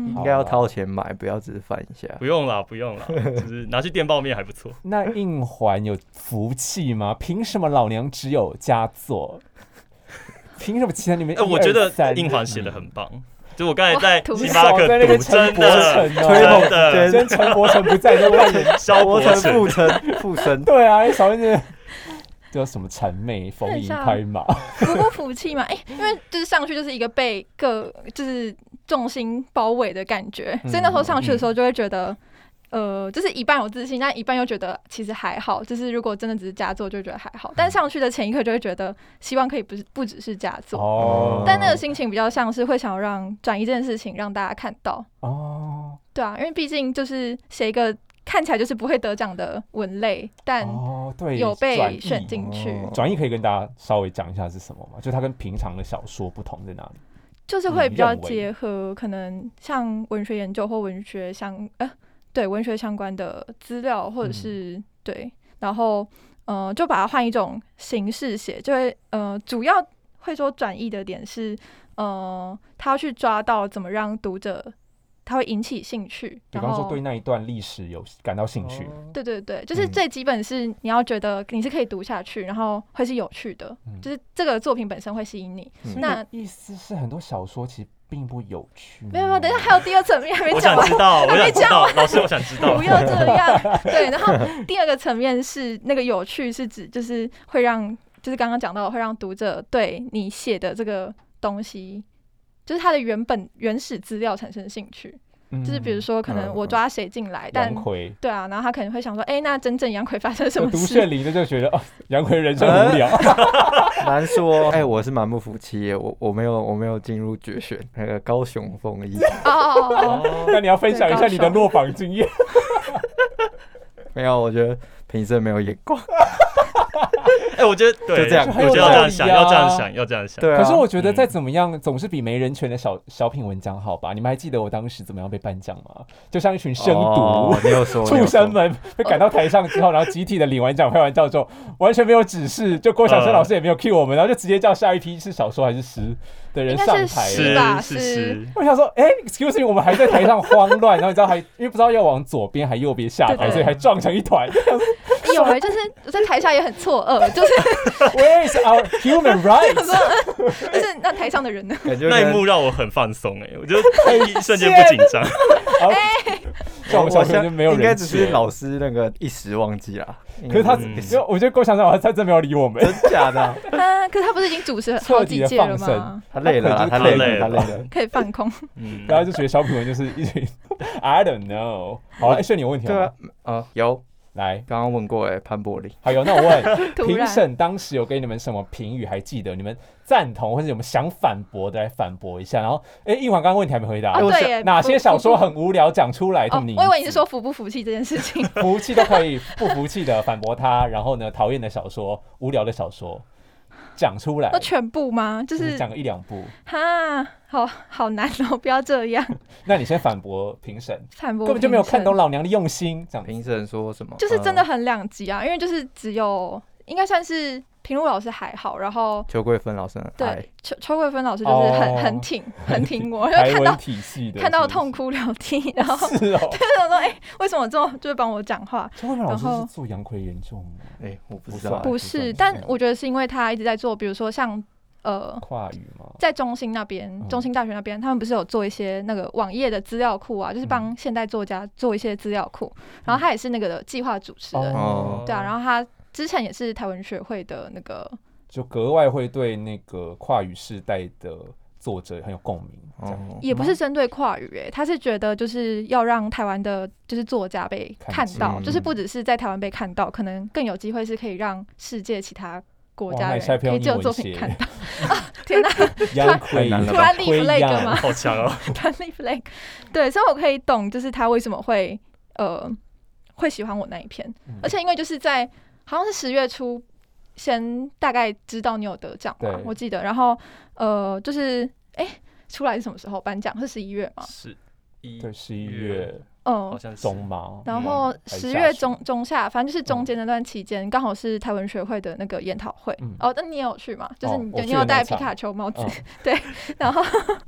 应该要掏钱买，不要只是翻一下。 不用啦，不用啦，就是拿去电报面还不错。 那印环有福气吗？凭什么老娘只有佳作？凭什么其他你们？ 哎、呃，我觉得印环写的很棒。就我刚才在星巴克读， 真的， 真的，今天陈柏成不在，就换成萧柏成附身附身。 对啊，少一点。叫什么谄媚逢迎拍马， 服不服气嘛？哎、欸，因为就是上去就是一个被各就是重心包围的感觉，嗯、所以那时候上去的时候就会觉得，嗯、呃，就是一半有自信，但一半又觉得其实还好。就是如果真的只是佳作，就觉得还好。但上去的前一刻就会觉得，希望可以不是不只是佳作。哦。但那个心情比较像是会想要让转移这件事情让大家看到。哦。对啊，因为毕竟就是写一个。看起来就是不会得奖的文类，但有被选进去。 转译、哦、可以跟大家稍微讲一下是什么吗？就它跟平常的小说不同在哪里？ 就是会比较结合可能像文学研究或文学相呃对文学相关的资料，或者是、嗯、对，然后呃就把它换一种形式写，就会呃主要会说转译的点是呃他要去抓到怎么让读者。它会引起兴趣， 比方说对那一段历史有感到兴趣。 对对对，就是最基本是你要觉得你是可以读下去，然后会是有趣的，嗯、就是这个作品本身会吸引你。 嗯、 那意思是很多小说其实并不有趣。 没有没有，等一下还有第二层面还没讲完。 我想知道，我想知道，老师我想知道。 不要这样。对，然后第二个层面是那个有趣，是指就是会让，就是刚刚讲到会让读者对你写的这个东西。就是他的原本原始资料产生兴趣，嗯、就是比如说可能我抓谁进来，嗯、但对啊，然后他可能会想说，哎、欸，那真正杨奎发生什么事？ 读炫灵的就觉得哦，杨奎人生无聊， 难说。哎、欸，我是蛮不服气耶，我我没有我没有进入决选那个高雄风衣。 哦， 那你要分享一下你的落榜经验。 没有，我觉得评审没有眼光。 哎、欸，我觉得对， 就这样， 我觉得要这样想，要这样想，要这样想。 对、啊，可是我觉得再怎么样，嗯、总是比没人权的小小品文章好吧？你们还记得我当时怎么样被颁奖吗？就像一群生毒， 哦、你有说畜生们被赶到台上之后，然后集体的领完奖、拍完照之后，完全没有指示，就郭晓生老师也没有 cue 我们，然后就直接叫下一批是小说还是诗的人上台。 是吧？ 是是。 我想说，哎、欸、，excuse me， 我们还在台上慌乱，然后你知道还因为不知道要往左边还右边下台，所以还撞成一团。 有哎、欸，就是我在台下也很错愕，就是 Where is our human rights？ 就是那台上的人呢？ 那一幕让我很放松哎、欸，我觉得一瞬间不紧张。 哎， 像我们小学就没有人， 应该只是老师那个一时忘记啦。 可是他，因为我觉得郭翔翔他真没有理我们， 真假的、啊？ 啊，可是他不是已经主持好几届了吗？ 他累了、啊，他累了，他累了， 可以放空。 嗯，然后就觉得小品文就是一群 I don't know。好了，炫你有问题吗？ 对啊，呃，有。 来， 刚刚问过哎、欸，潘柏林。 好，有那我问，评审当时有给你们什么评语？还记得？你们赞同或者有没有想反驳的来反驳一下？然后，哎、欸，印环刚刚问题还没回答。 哦、对耶， 哪些小说很无聊？讲出来。 哦，我以为你是说服不服气这件事情。 服气都可以，不服气的反驳他。然后呢，讨厌的小说、无聊的小说。讲出来， 都全部吗？就是讲个一两部。 哈，好好难哦，不要这样。 那你先反驳评审， 反驳根本就没有看懂老娘的用心。这样评审说什么？ 就是真的很两极啊，因为就是只有应该算是评论老师还好，然后邱桂芬老师对邱邱桂芬老师就是很、哦、很挺很挺我， 台文体系的， 看到痛哭流涕，然后是哦， 对我说哎、欸，为什么这么就是帮我讲话？ 邱桂芬老师是做杨奎研究吗？ 哎、欸，我不知道， 不是，但我觉得是因为他一直在做，比如说像。呃， 跨语吗？ 在中兴那边，中兴大学那边，嗯、他们不是有做一些那个网页的资料库啊，就是帮现代作家做一些资料库。嗯、然后他也是那个的计划主持人， 哦、 对啊。然后他之前也是台文学会的那个， 就格外会对那个跨语世代的作者很有共鸣。哦、 也不是针对跨语、欸，他是觉得就是要让台湾的，就是作家被看到，看就是不只是在台湾被看到，可能更有机会是可以让世界其他。国家人可以就有作品看到啊！天哪，突然突然立 flag 吗？ 好强哦！ 突然立 flag， 对，所以我可以懂，就是他为什么会呃会喜欢我那一篇，嗯、而且因为就是在好像是十月初，先大概知道你有得奖嘛，我记得，然后呃就是哎、欸、出来是什么时候颁奖？是十一月吗？ 十一对十一月。 嗯， 好像中嘛， 然后十月中中下，反正就是中间那段期间，刚、嗯、好是台文学会的那个研讨会。嗯、哦，但你也有去嘛？就是你、哦、你有戴皮卡丘帽子，哦、对。然后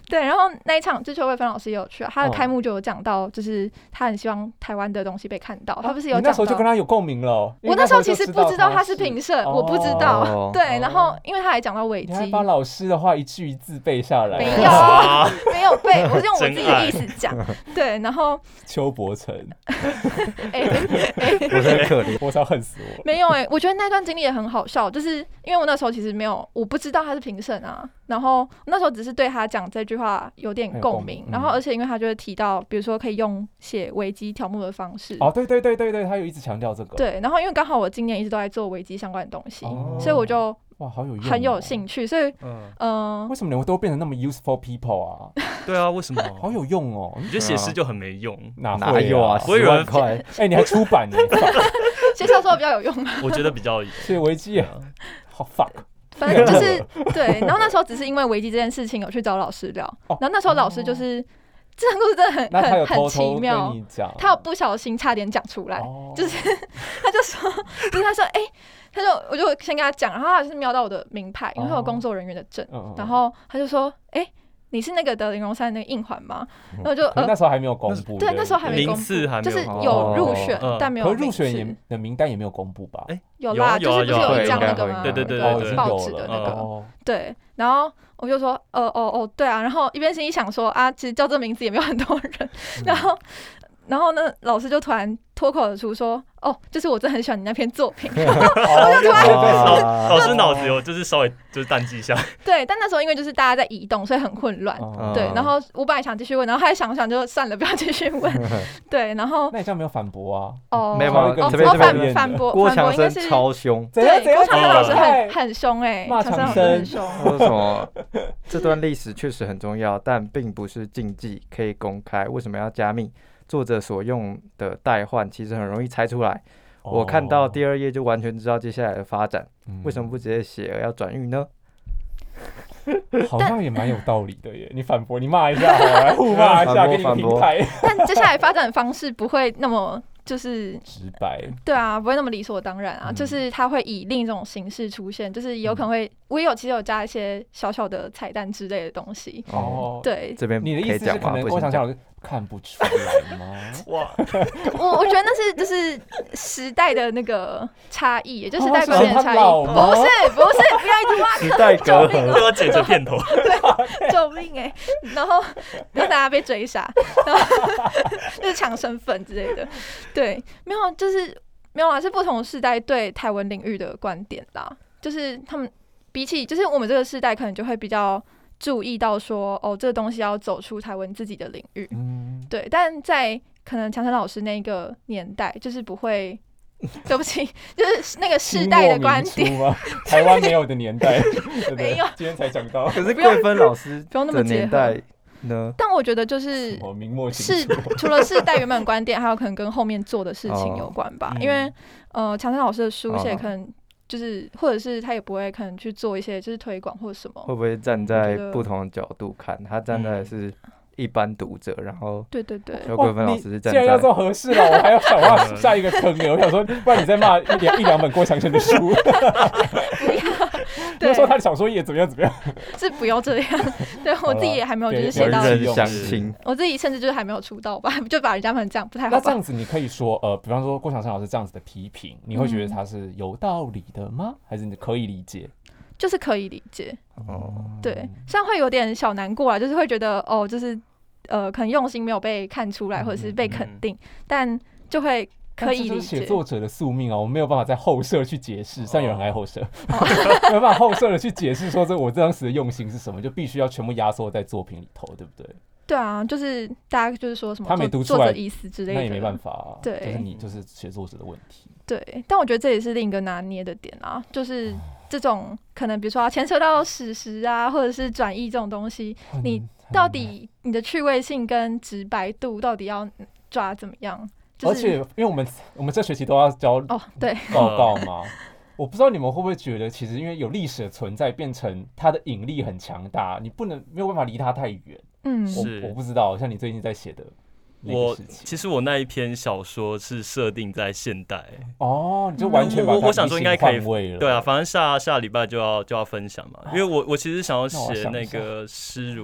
对，然后那一场志秋魏芬老师也有去啊，他的开幕就有讲到，就是他很希望台湾的东西被看到。他不是有讲到， 你那时候就跟他有共鸣了。 我那时候其实不知道他是评审，我不知道。对，然后因为他还讲到危机， 你还把老师的话一句一字背下来。 没有，没有背，我是用我自己的意思讲。对，然后邱伯成， 哎哎，我真可怜， 我超恨死我。 没有哎，我觉得那段经历也很好笑，就是因为我那时候其实没有，我不知道他是评审啊。然后那时候只是对他讲这句话有点共鸣，然后而且因为他就会提到，比如说可以用写危机条目的方式。 哦，对对对对对，他有一直强调这个。 对，然后因为刚好我今年一直都在做危机相关的东西，哦、所以我就哇好有用、哦， 很有兴趣。所以嗯、呃， 为什么你们都变成那么 useful people 啊？ 对啊，为什么？ 好有用哦！ 你觉得写诗就很没用？ 哪哪有啊？ 不会有人快？ 哎、欸，你还出版呢？ 写小说比较有用吗？ 我觉得比较有。 写危机啊，好 fuck。 反正就是对，然后那时候只是因为危机这件事情有去找老师聊，哦、然后那时候老师就是、哦、这个故事真的很他很很奇妙，他有不小心差点讲出来，哦、就是他就说，就是他说哎、欸，他就我就先跟他讲，然后他是瞄到我的名牌，因为他有工作人员的证，哦、然后他就说哎。欸你是那个德林荣山那个印环吗？然后就呃那时候还没有公布， 对，那时候还没公布，就是有入选，但没有。 可入选也的名单也没有公布吧？ 哎， 有啦，就是不是有一张那个吗？ 对对对对，报纸的那个。对，然后我就说，呃哦哦，对啊，然后一边心里想说啊，其实叫这名字也没有很多人，然后。然后呢，老师就突然脱口而出说：“哦，就是我真的很喜欢你那篇作品。”然后我就突然， 老师脑子有就是稍微就是淡记一下。 对，但那时候因为就是大家在移动，所以很混乱。哦、对，然后我本来想继续问，然后后来想想就算了，不要继续问。对，然后那你这样没有反驳啊？ 哦， 没有， 哦， 这边反反驳， 郭强生超凶。 对，郭强生老师很很凶哎， 骂强生很凶。 为什么？这段历史确实很重要，但并不是禁忌，可以公开。为什么要加密？作者所用的代换其实很容易猜出来，哦、我看到第二页就完全知道接下来的发展。嗯、为什么不直接写而要转运呢？ 好像也蛮有道理的耶。你反驳，你骂一下好了，来互骂一下，给你平台。 但接下来发展方式不会那么。就是直白， 对啊，不会那么理所当然啊，嗯、就是它会以另一种形式出现，就是有可能会，嗯、我也有其实有加一些小小的彩蛋之类的东西。 哦， 对， 这边你的意思是可能郭强强老师看不出来吗？ 哇， 我我觉得那是就是时代的那个差异，也就是时代观念的差异。不是不是，不要一直挖时代隔阂， 就要剪成片头。 对，救命哎、欸！然后让大家被追杀，然后就是抢身份之类的。对，没有，就是没有啊，是不同世代对台湾领域的观点啦。就是他们比起，就是我们这个世代可能就会比较注意到说，哦，这个东西要走出台湾自己的领域。嗯，对。但在可能强生老师那个年代，就是不会，对不起，就是那个世代的观点。 台湾没有的年代， 没有， 今天才讲到。 可是桂芬老师不用那么年代。 但我觉得就是是除了是代原本观点，还有可能跟后面做的事情有关吧。哦、因为呃，强生老师的书写可能就是，或者是他也不会可能去做一些就是推广或者什么。 会不会站在不同的角度看？他站在是一般读者，然后对对对， 邱桂芬老师是站在。 既然要做合适了，我还要想挖下一个坑哎！我想说，不然你再骂一两一两本郭强生的书。 不要。 对，说他的小说也怎么样怎么样， 是不要这样。对我自己也还没有就是写到，我自己甚至就是还没有出道吧，就把人家们这样不太好。 那这样子你可以说，呃，比方说郭强生老师这样子的批评，你会觉得他是有道理的吗？嗯、还是你可以理解？ 就是可以理解。哦，对，虽然会有点小难过啦，就是会觉得哦，就是呃，可能用心没有被看出来，或者是被肯定，嗯嗯、但就会。可以理解， 这是写作者的宿命啊！我没有办法在后设去解释，虽然有人爱后设，没有办法后设的去解释说这我当时的用心是什么，就必须要全部压缩在作品里头，对不对？ 对啊，就是大家就是说什么他没读出来意思之类的， 那也没办法啊。 对， 就是你就是写作者的问题。 对，但我觉得这也是另一个拿捏的点啊，就是这种可能比如说牵扯到史实啊，或者是转译这种东西，嗯、你到底你的趣味性跟直白度到底要抓怎么样？就是、 而且，因为我们我们这学期都要交哦对报告嘛，我不知道你们会不会觉得，其实因为有历史的存在，变成它的引力很强大，你不能没有办法离它太远。嗯， 是我我不知道，像你最近在写的那个事情， 我其实我那一篇小说是设定在现代。 哦，你就完全把它我我想说应该可以了。 对啊，反正下下礼拜就要就要分享嘛，因为我我其实想要写那个诗如。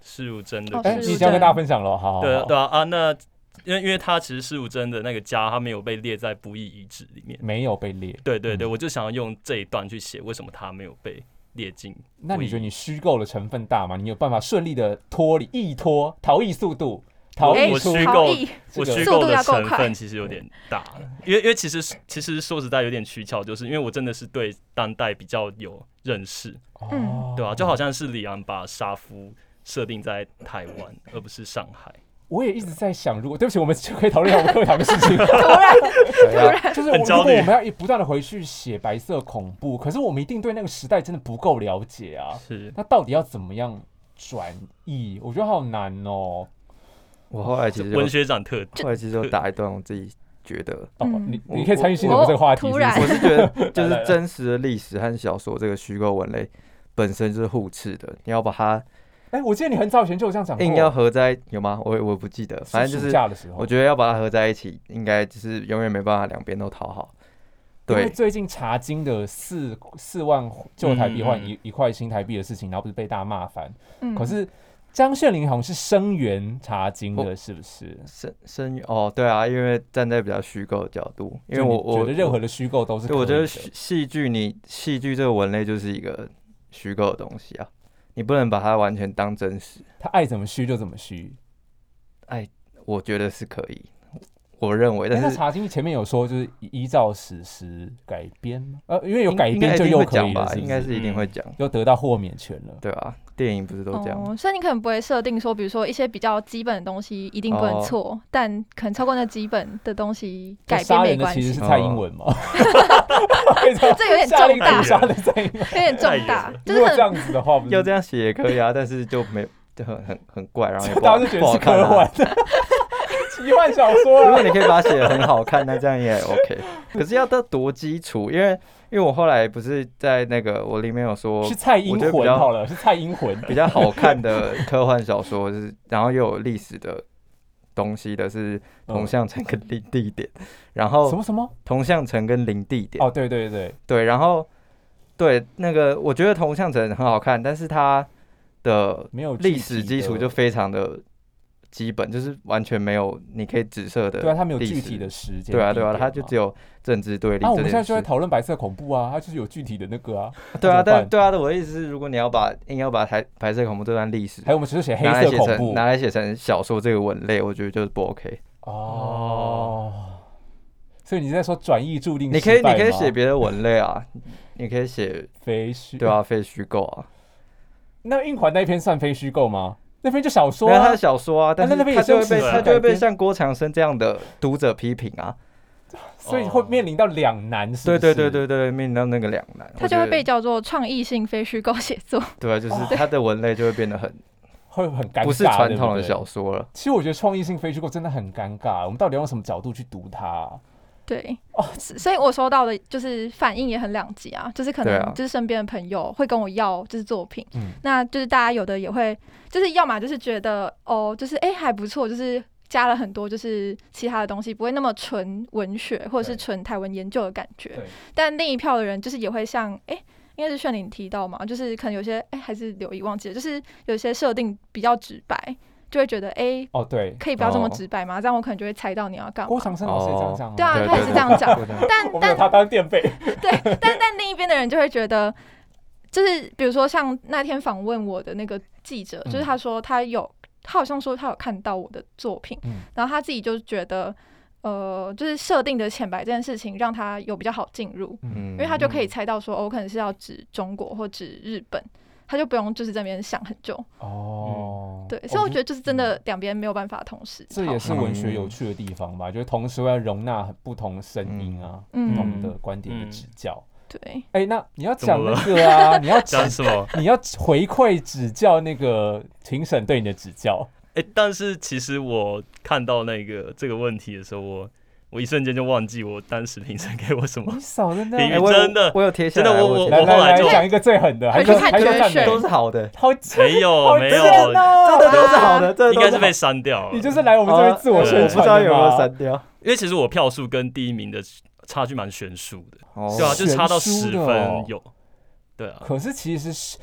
施如真的， 哎，你想跟大家分享了，好， 对对啊啊，那因为因为他其实施如真的那个家，他没有被列在不义遗址里面， 没有被列， 对对对，我就想要用这一段去写为什么他没有被列进。 那你觉得你虚构的成分大吗？你有办法顺利的脱离逸脱逃逸速度？逃逸我虚构，我虚构的成分其实有点大，因为因为其实其实说实在有点取巧，就是因为我真的是对当代比较有认识， 哦， 对吧、啊？就好像是李安把杀夫设定在台湾，而不是上海。 我也一直在想，如果对不起，我们就可以讨论一下我们课堂的事情。 突然，突然， 就是如果我们要不断的回去写白色恐怖，可是我们一定对那个时代真的不够了解啊。 是， 那到底要怎么样转译？我觉得好难哦。 我后来其实文学长特， 后来其实有打一段我自己觉得， 哦，你你可以参与新闻这个话题是不是？ 我是觉得就是真实的历史和小说这个虚构文类本身就是互斥的，你要把它。 哎、欸，我记得你很早以前就有这样讲过， 硬要合在有吗？我我不记得，反正就是我觉得要把它合在一起，应该就是永远没办法两边都讨好。对， 因为最近茶金的四四万旧台币换一、嗯、一块新台币的事情，然后不是被大家骂翻、嗯，可是张炫霖好像是声援茶金的，是不是？ 声声援哦，对啊，因为站在比较虚构的角度，因为我我觉得任何的虚构都是可以的， 我觉得戏剧你戏剧这个文类就是一个虚构的东西啊。你不能把它完全当真实， 他爱怎么虚就怎么虚， 爱我觉得是可以，我认为。但是茶经前面有说就是依照史实改编吗？呃，因为有改编就又可以了， 应该是一定会讲， 又得到豁免权了， 对啊，电影不是都这样、 哦？所以你可能不会设定说，比如说一些比较基本的东西一定不能错、哦，但可能超过那基本的东西改编没关系。 其实是蔡英文嘛？ 哦这有点重大， 有点重大。 如果这样子的话， 要这样写也可以啊，但是就没就很很很怪，然后也不大家就觉得是科幻、奇幻小说、啊。 如果你可以把它写得很好看，那这样也 OK。可是要到多基础，因为因为我后来不是在那个我里面有说， 是蔡英魂好了，是蔡英魂比较好看的科幻小说，是然后又有历史的东西的是铜像城跟零地点，然后什么什么铜像城跟零地点哦，对对对对，然后对那个我觉得铜像城很好看，但是它的历史基础就非常的基本，就是完全没有你可以指涉的， 对啊，它没有具体的时间， 对啊对啊，它就只有政治对立。 啊，我们现在就在讨论白色恐怖啊，它就是有具体的那个啊， 对啊，但对啊，我的意思是，如果你要把硬要把台白色恐怖这段历史， 还有我们只是写黑色恐怖， 拿来写成小说这个文类，我觉得就是不 OK 哦。所以你在说转译注定你可以你可以写别的文类啊，你可以写非虚， 对啊，非虚构啊。 那印环那一篇算非虚构吗？那篇就小说、啊， 没有他的小说啊，但是他就会被他就会被像像郭长生这样的读者批评啊， 所以会面临到两难是不是，对对对对对，面临到那个两难， 他就会被叫做创意性非虚构写作， 对啊，就是他的文类就会变得很会很尴尬， 不是传统的小说了。 其实我觉得创意性非虚构真的很尴尬，我们到底用什么角度去读它、啊？ 对，哦，所以我收到的就是反应也很两极啊，就是可能就是身边的朋友会跟我要就是作品，啊、那就是大家有的也会就是要么就是觉得哦，就是哎、欸、还不错，就是加了很多就是其他的东西，不会那么纯文学或者是纯台文研究的感觉。但另一票的人就是也会像哎、欸，应该是炫霖提到嘛，就是可能有些哎、欸、还是刘怡忘记了，就是有些设定比较直白。就会觉得哎、欸， 哦对， 可以不要这么直白嘛，这样我可能就会猜到你要干嘛。 郭长生老师也这样讲、哦， 对啊，他也是这样讲。但我没有他当垫背。 对，但但另一边的人就会觉得，就是比如说像那天访问我的那个记者，嗯、就是他说他有，他好像说他有看到我的作品，嗯、然后他自己就觉得，呃，就是设定的浅白这件事情让他有比较好进入，嗯、因为他就可以猜到说，哦，我可能是要指中国或指日本。他就不用就是这边想很久哦、嗯，对，所以我觉得就是真的两边没有办法同时。 这也是文学有趣的地方吧，就是同时会容纳不同声音啊、嗯、不同的观点的指教。 对， 哎、欸，那你要讲那个啊，你要讲什么？ 你要回馈指教那个评审对你的指教。 哎、欸，但是其实我看到那个这个问题的时候，我。我一瞬间就忘记我当时评审给我什么。 你少真的， 评语真的， 我有贴下来。 真的，我我我后来就讲一个最狠的，还是还是赞美， 都是好的。 好， 没有没有， 真的都是好的，真的应该是被删掉了。 你就是来我们这边自我宣传的， 我不知道有没有删掉。 因为其实我票数跟第一名的差距蛮悬殊的，对啊，就差到十分有。对啊， 可是其实是。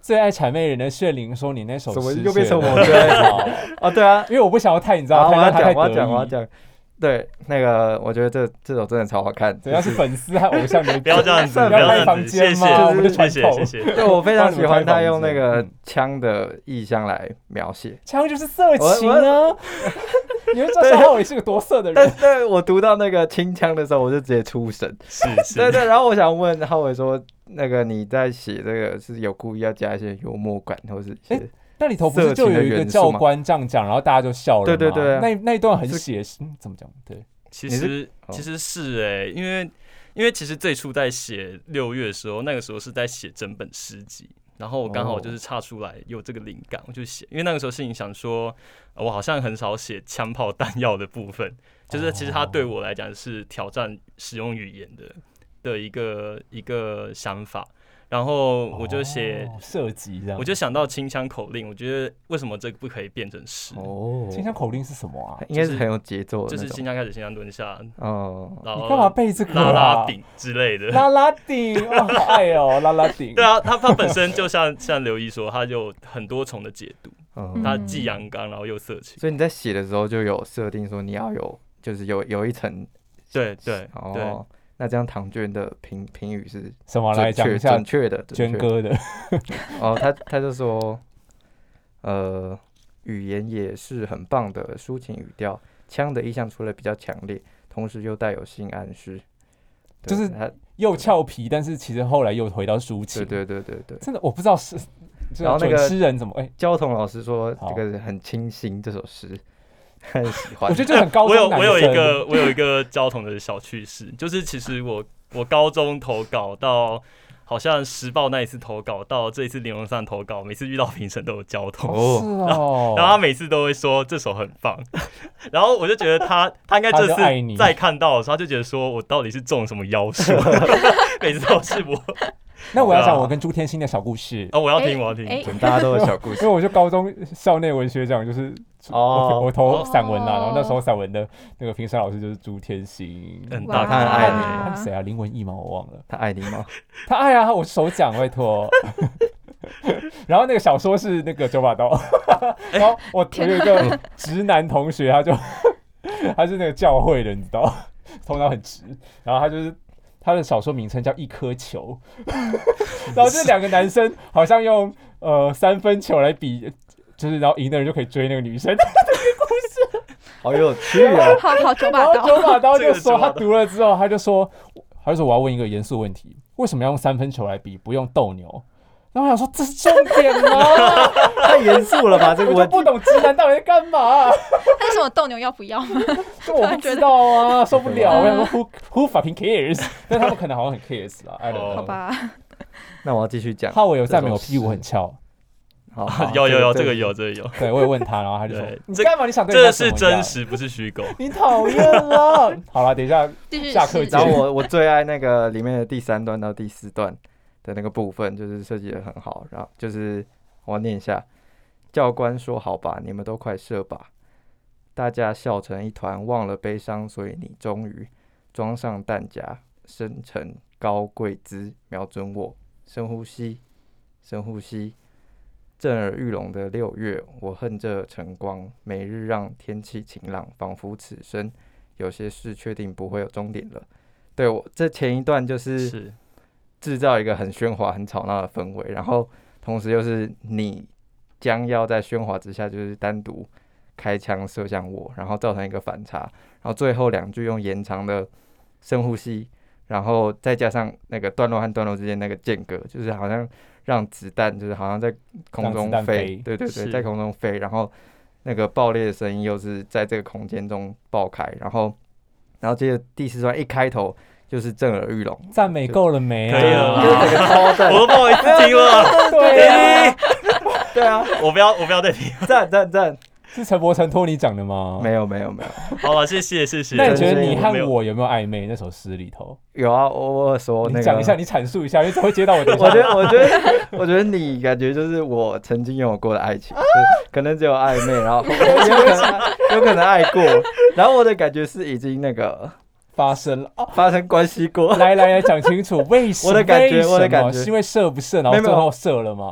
最爱谄媚人的炫灵说你那首诗又变成我最爱哦，对啊， 因为我不想要太，你知道， 我要讲， 我要讲，我要讲。对，那个我觉得这这首真的超好看， 主要是粉丝和偶像的， 不要这样子，不要开房间吗？我们的传统， 谢谢。 对，我非常喜欢他用那个枪的意象来描写， 枪就是色情啊！你们知道萧浩伟是个多色的人。 但对我读到那个清腔的时候，我就直接出神。 是是。 对对，然后我想问浩伟说，那个你在写这个是有故意要加一些幽默感，或是一些？ 那里头不是就有一个教官这样讲，然后大家就笑了吗？ 对对对、啊， 那那一段很写实，怎么讲？对， 其实其实是哎、欸，因为因为其实最初在写六月的时候，那个时候是在写整本诗集，然后我刚好就是岔出来有这个灵感，我就写。因为那个时候心里想说，我好像很少写枪炮弹药的部分，就是其实它对我来讲是挑战使用语言的的一个一个想法。然后我就写设计、哦， 我就想到清腔口令，我觉得为什么这个不可以变成诗？ 哦，清腔口令是什么啊？ 应该是很有节奏的， 就是新疆开始，新疆蹲下， 哦， 然后你干嘛背这个、 啊？拉拉顶之类的， 拉拉顶，哦，好爱哦，拉拉顶。 对啊，它它本身就像像刘一说，它有很多重的解读， 嗯、 它既阳刚，然后又色情。 所以你在写的时候就有设定说你要有，就是有有一层， 对对哦。 对那这样唐娟的评评语是什么？来讲一下准确的， 娟哥的。 哦，他他就说，呃，语言也是很棒的抒情语调，腔的意象除了比较强烈，同时又带有性暗示， 就是他又俏皮，但是其实后来又回到抒情。 对对对对对， 真的我不知道是， 然后那个诗人怎么哎， 焦桐老师说这个很清新，这首诗。很喜欢， 我觉得这很高中男生。 我有我有一个我有一个交通的小趣事，就是其实我我高中投稿到好像时报那一次投稿到这一次玲珑上投稿，每次遇到评审都有交通， 哦，是然后然后他每次都会说这首很棒，然后我就觉得他他应该这次再看到的时候，他就觉得说我到底是中什么妖术，每次都是我。 那我要讲我跟朱天心的小故事哦，我要听，我要听， 大家都有小故事。 因为我就高中校内文学奖，就是我我投散文啦，然后那时候散文的那个评审老师就是朱天心， 很大， 他很爱你。 他是谁啊？林文义吗？我忘了。 他爱你吗？ 他爱啊，我首奖拜托。然后那个小说是那个九把刀，然后我我有一个直男同学，他就他是那个教会的，你知道，头脑很直，然后他就是。他的小说名称叫《一颗球》，然后这两个男生好像用呃三分球来比，就是然后赢的人就可以追那个女生。这个故事好有趣啊！ 好好九把刀， 九把刀就说他读了之后，他就说，他就说我要问一个严肃问题，为什么要用三分球来比，不用斗牛？然后我想说这是重点吗？ 太严肃了吧？这个我就不懂直男到底在干嘛。 他是什么斗牛要不要吗？ 这我不知道啊，受不了。我想说 who who fucking cares？ 但他们可能好像很 cares 啦。 Oh. 好吧。 那我要继续讲。 浩伟有赞美我屁股很翘。 好， 有有有，这个有，这个有。 对，我有问他，然后他就说：“你干嘛？你想对这是真实，不是虚构。” 你讨厌了。好了，等一下下课见。 然后我我最爱那个里面的第三段到第四段的那个部分，就是设计的很好。然后就是我要念一下：教官说：“好吧，你们都快射吧。”大家笑成一团，忘了悲伤，所以你终于装上弹夹，生成高贵姿，瞄准我，深呼吸，深呼吸。震耳欲聋的六月，我恨这晨光，每日让天气晴朗，仿佛此生有些事确定不会有终点了。对，我这前一段就是制造一个很喧哗、很吵闹的氛围，然后同时又是你将要在喧哗之下，就是单独开枪射向我，然后造成一个反差，然后最后两句用延长的深呼吸，然后再加上那个段落和段落之间那个间隔，就是好像让子弹就是好像在空中飞，对对对，在空中飞，然后那个爆裂的声音又是在这个空间中爆开，然后然后接着第四段一开头就是震耳欲聋， 赞美够了没啊？ 可以了啦， 这个超赞， 我都不好意思听了， 对啊， 对啊， 我不要我不要再听， 赞赞赞。 是陈柏成托你讲的吗？ 没有没有没有。 好了，谢谢谢谢。 那你觉得你和我有没有暧昧？那首诗里头有啊，我我说那个， 你讲一下，你阐述一下，你怎么会接到我的？ 我觉得我觉得我觉得你感觉就是我曾经拥有过的爱情，可能只有暧昧，然后有可能有可能爱过，然后我的感觉是已经那个发生了， 发生关系过。 来来来，讲清楚，为什么？ 我的感觉，我的感觉是因为射不射，然后最后射了吗？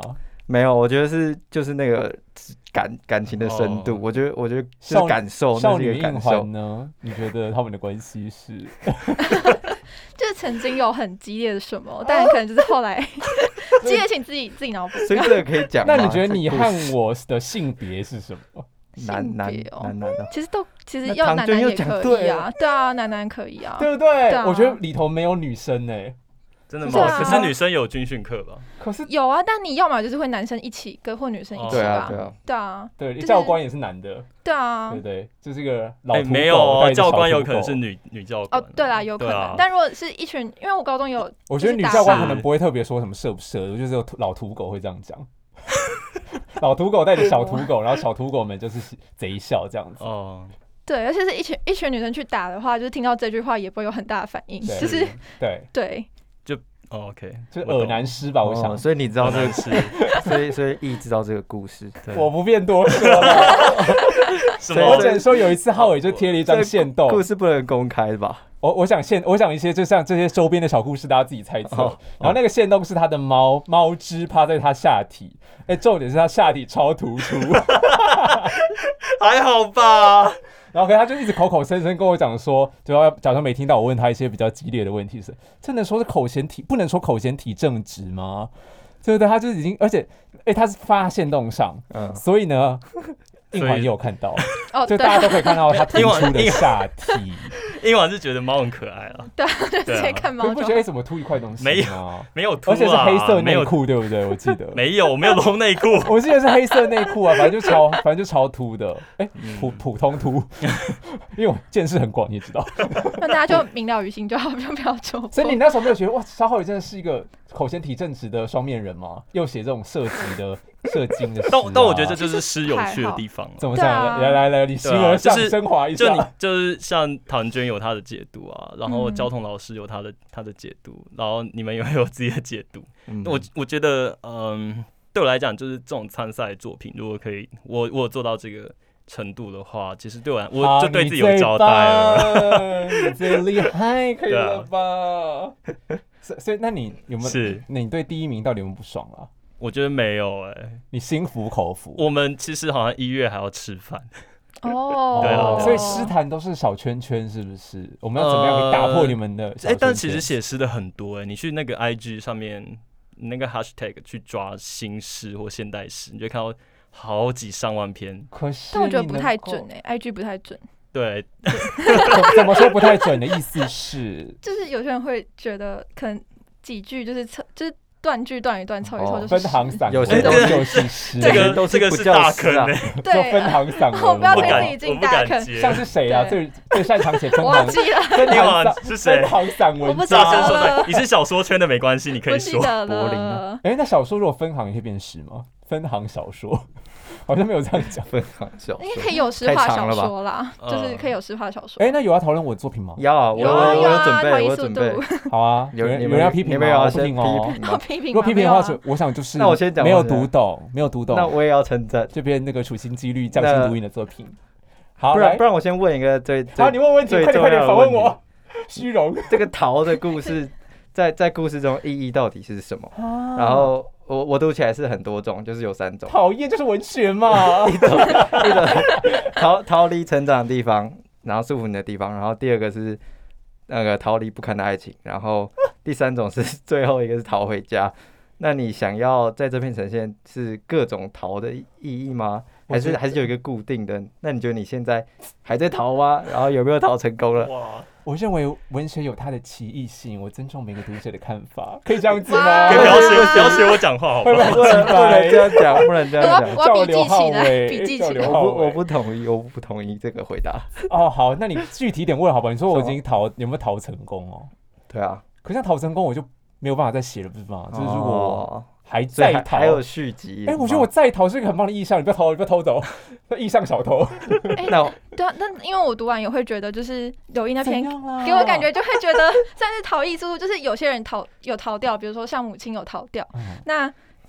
没有，我觉得是就是那个感感情的深度，哦、我觉得我觉得就是感受， 少女硬环呢？你觉得他们的关系是？ 就是曾经有很激烈的什么，但可能就是后来激烈，请自己自己脑补。 所以这个可以讲。 那你觉得你和我的性别是什么？ 男男男男的， 其实都其实要男男也可以啊，对啊，男男可以啊， 对不对？我觉得里头没有女生呢。 真的吗？可是女生有军训课吧？ 可是有啊，但你要么就是会男生一起跟，或女生一起吧。 对啊， 对啊， 对，教官也是男的。 对啊， 对对，就是个老土狗。 没有，教官有可能是女女教官。 哦，对啦，有可能。但如果是一群，因为我高中有， 我觉得女教官可能不会特别说什么射不射，就是有老土狗会这样讲。老土狗带着小土狗，然后小土狗们就是贼笑这样子。 哦。 对，而且是一群一群女生去打的话，就是听到这句话也不会有很大的反应，就是对对。 Oh, OK， 就是耳男师吧，我想、 哦，所以你知道这个事，所以所以易知道这个故事， 我不便多说了。我只能说有一次浩伟就贴了一张限动， 故事不能公开吧？ 我我想限，我想一些就像这些周边的小故事，大家自己猜测。哦、然后那个限动是他的猫，猫只趴在他下体，哎、欸，重点是他下体超突出， 还好吧？ 然后可是他就一直口口声声跟我讲说，就要假装没听到我问他一些比较激烈的问题是，真的说是口嫌体，不能说口嫌体正直吗？对不对？他就是已经，而且，哎，他是发限动上，嗯，所以呢，硬环也有看到， 哦， 就大家都可以看到他突出的下体。 硬环是觉得猫很可爱啊， 对啊，就直接看猫。 你不觉得怎么凸一块东西？ 没有，没有凸啊， 而且是黑色内裤，对不对？我记得没有，我没有露内裤， 我记得是黑色内裤啊，反正就超，反正就超凸的，哎，普普通凸，因为我见识很广，你也知道。 那大家就明了于心就好，就不要做。 所以你那时候没有觉得哇，萧浩宇真的是一个口嫌体正直的双面人吗？又写这种射击的。射精的诗、啊， 但但我觉得这就是诗有趣的地方。 怎么讲？来来来，你形容上升华一下。 就你就是像唐娟有她的解读啊，然后交通老师有他的他的解读，然后你们也有自己的解读。嗯、我我觉得，嗯，对我来讲，就是这种参赛作品，如果可以，我我有做到这个程度的话，其实对我来，我就对自己有交代了。 你最厉害，可以了吧？所以，那你有没有？ 是， 那你对第一名到底有没有不爽啊？ 我觉得没有哎、欸， 你心服口服。 我们其实好像一月还要吃饭哦， 对啊， 所以诗坛都是小圈圈，是不是？我们要怎么样可以打破你们的小圈圈？哎、 呃欸，但其实写诗的很多哎、欸，你去那个 I G 上面那个 hashtag 去抓新诗或现代诗，你就看到好几上万篇。 可是， 但我觉得不太准哎、欸、，I G 不太准。 对， 怎么说不太准的意思是， 就是有些人会觉得可能几句就是就是。断句断一段凑一凑就是分行散文， 有些东西就是诗， 这个这个是大坑哎， 对， 分行散文， 我不要推自己进大坑。 像是谁啊？最最擅长写分行， 分行是谁？ 分行散文， 我不知道。 你是小说圈的没关系，你可以说。 柏林啊，哎，那小说如果分行也可以变诗吗？分行小说。好像没有这样讲， 分行小说应该可以有诗化小说啦，就是可以有诗化小说。 哎、欸，那有要讨论我的作品吗？ 要啊，我有啊我有准备，我有准备。 好啊，有人有人要批评吗？ 要批评哦， 批评。 如果批评的话，我想就是那我先讲， 没有读懂，没有读懂。 那我也要称赞这边那个处心积虑匠心独运的作品。好， 不然不然我先问一个最好，你问问题，快点快点访问我。虚荣， 这个桃的故事在在故事中意义到底是什么？然后。我我读起来是很多种，就是有三种。 讨厌就是文学嘛， 一种一种逃逃离成长的地方，然后束缚你的地方，然后第二个是那个逃离不堪的爱情，然后第三种是最后一个是逃回家。那你想要在这片呈现是各种逃的意义吗？还是还是有一个固定的？那你觉得你现在还在逃吗？然后有没有逃成功了？ 哇！我认为文学有它的奇异性，我尊重每个读者的看法，可以这样子吗？ 不要学不要学我讲话好不好？ 不能不能这样讲，不能这样讲。 我要笔记起来，笔记起来。 我不我不同意，我不同意这个回答。 哦，好，那你具体点问好吧？你说我已经逃，有没有逃成功哦？ 对啊， 可是逃成功我就没有办法再写了，不是吗？就是如果还在逃， 还有续集。 哎，我觉得我再逃是一个很棒的意象，你不要偷，你不要偷走，意象小偷。 那对啊，那因为我读完也会觉得，就是柳毅那篇给我感觉就会觉得算是逃逸之路，就是有些人逃有逃掉，比如说像母亲有逃掉，嗯、那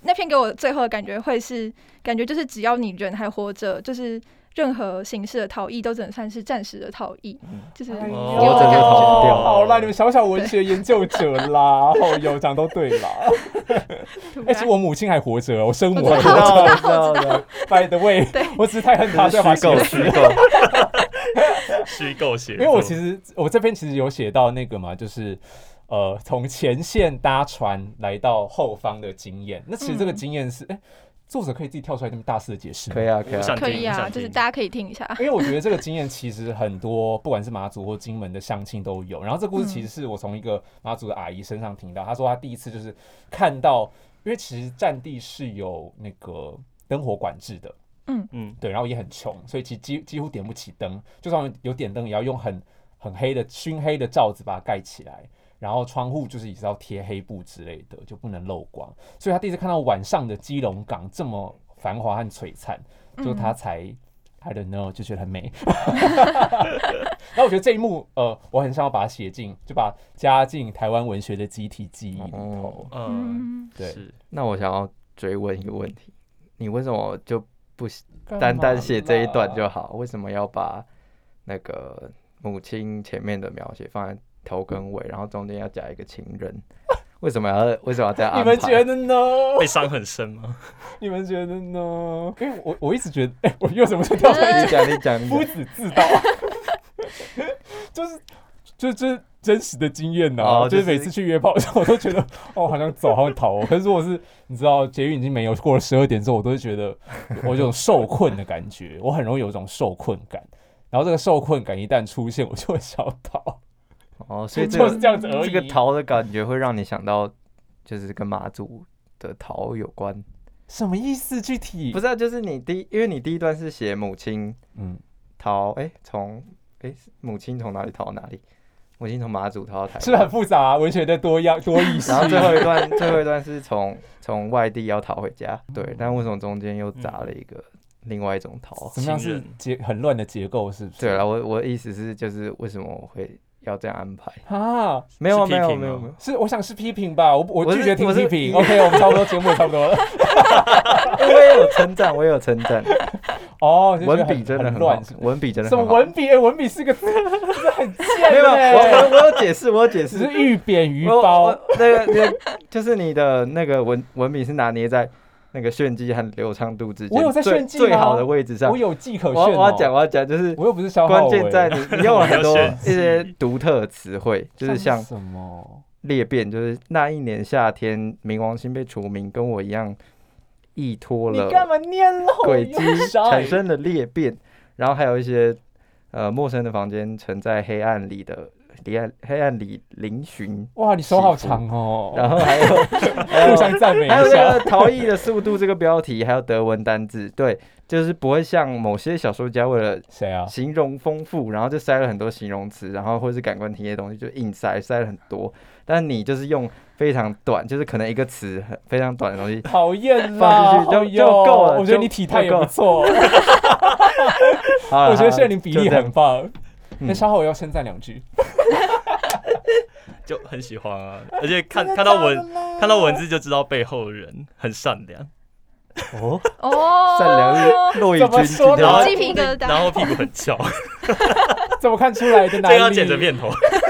那篇给我最后的感觉会是，感觉就是只要你人还活着，就是任何形式的逃逸都只能算是暂时的逃逸，嗯、就是给我的感觉。 好啦，你们小小文学研究者啦，哦，有讲都对啦。哎、欸，其实我母亲还活着，我生母还活着。 我知道，我知道。 By the way， 我只是太恨她在把写虚构。 虚构写， 因为我其实我这边其实有写到那个嘛，就是呃从前线搭船来到后方的经验。那其实这个经验是，哎、嗯，作者可以自己跳出来这么大肆的解释吗？ 可以啊，可以啊， 可以啊，就是大家可以听一下。 因为我觉得这个经验其实很多，不管是马祖或金门的乡亲都有。然后这故事其实是我从一个马祖的阿姨身上听到，她说她第一次就是看到，因为其实战地是有那个灯火管制的。嗯嗯，对，然后也很穷，所以其实几几乎点不起灯，就算有点灯，也要用很很黑的熏黑的罩子把它盖起来，然后窗户就是也是要贴黑布之类的，就不能漏光。所以他第一次看到晚上的基隆港这么繁华和璀璨，就他才、嗯、I don't know 就觉得很美。然后我觉得这一幕，呃，我很想要把它写进，就把它加进台湾文学的集体记忆里头。嗯， 嗯对。 那我想要追问一个问题，你为什么就不单单写这一段就好？为什么要把那个母亲前面的描写放在头跟尾，然后中间要加一个情人？为什么要为什么要这样安排？ 你们觉得呢？ 被伤很深吗？ 你们觉得呢？因为我我一直觉得，哎、欸，我又怎么就跳出来？ 你讲你讲， 夫子自道，就是就是就是真实的经验呐、啊哦，就是每次去约炮的时候，我都觉得哦，好像走，好像逃、哦。可是如果是你知道捷运已经没有过了十二点之后，我都会觉得我有种受困的感觉，我很容易有一种受困感。然后这个受困感一旦出现，我就会想要逃。 哦，所以、这个、 就是这样子而已。 这个逃的感觉会让你想到，就是跟马祖的逃有关。 什么意思？具体不是、啊，就是你第，因为你第一段是写母亲，嗯，逃，哎、欸，从，哎、欸，母亲从哪里逃到哪里？母亲从马祖逃到台湾， 是不是很复杂啊？文学的多样多义。 然后最后一段，最后一段是从从外地要逃回家，对，但为什么中间又砸了一个另外一种逃？ 怎么样是结很乱的结构？是不是？ 对了，我我的意思是，就是为什么我会要这样安排啊？ 没有没有没有没有， 是我想是批评吧，我我拒绝听批评。OK， 我们差不多节目也差不多了。 我也有称赞，我也有称赞。 哦， 文笔真的很乱，文笔真的很好。什么文笔？哎、欸，文笔是个字，是很贱、欸。 没有，我我有解释，我有解释， 是欲贬于褒。 那个那个，就是你的那个文文笔是拿捏在那个炫技和流畅度之间， 我有在炫技最好的位置上， 我有技可炫、哦。 我要讲，我要讲，就是我又不是消耗关键在你，你用了很多一些独特的词汇，就是像什么裂变，就是那一年夏天，冥王星被除名，跟我一样。依托了轨迹产生的裂变，然后还有一些呃陌生的房间沉在黑暗里的黑暗黑暗里嶙峋。 哇，你手好长哦！ 然后还有互相赞美一下。 还有那个逃逸的速度这个标题，还有德文单字，对，就是不会像某些小说家为了谁啊形容丰富，然后就塞了很多形容词，然后或是感官体验的东西就硬塞塞了很多。但你就是用非常短，就是可能一个词非常短的东西， 讨厌放进去就就够了。 我觉得你体态也不错，我觉得谢玲比例很棒。那稍后我要称赞两句， 就很喜欢啊，而且看看到文看到文字就知道背后的人很善良。 哦哦，善良是骆以军今天鸡皮疙瘩， 然后屁股很翘， 怎么看出来的？ 这要剪着片头。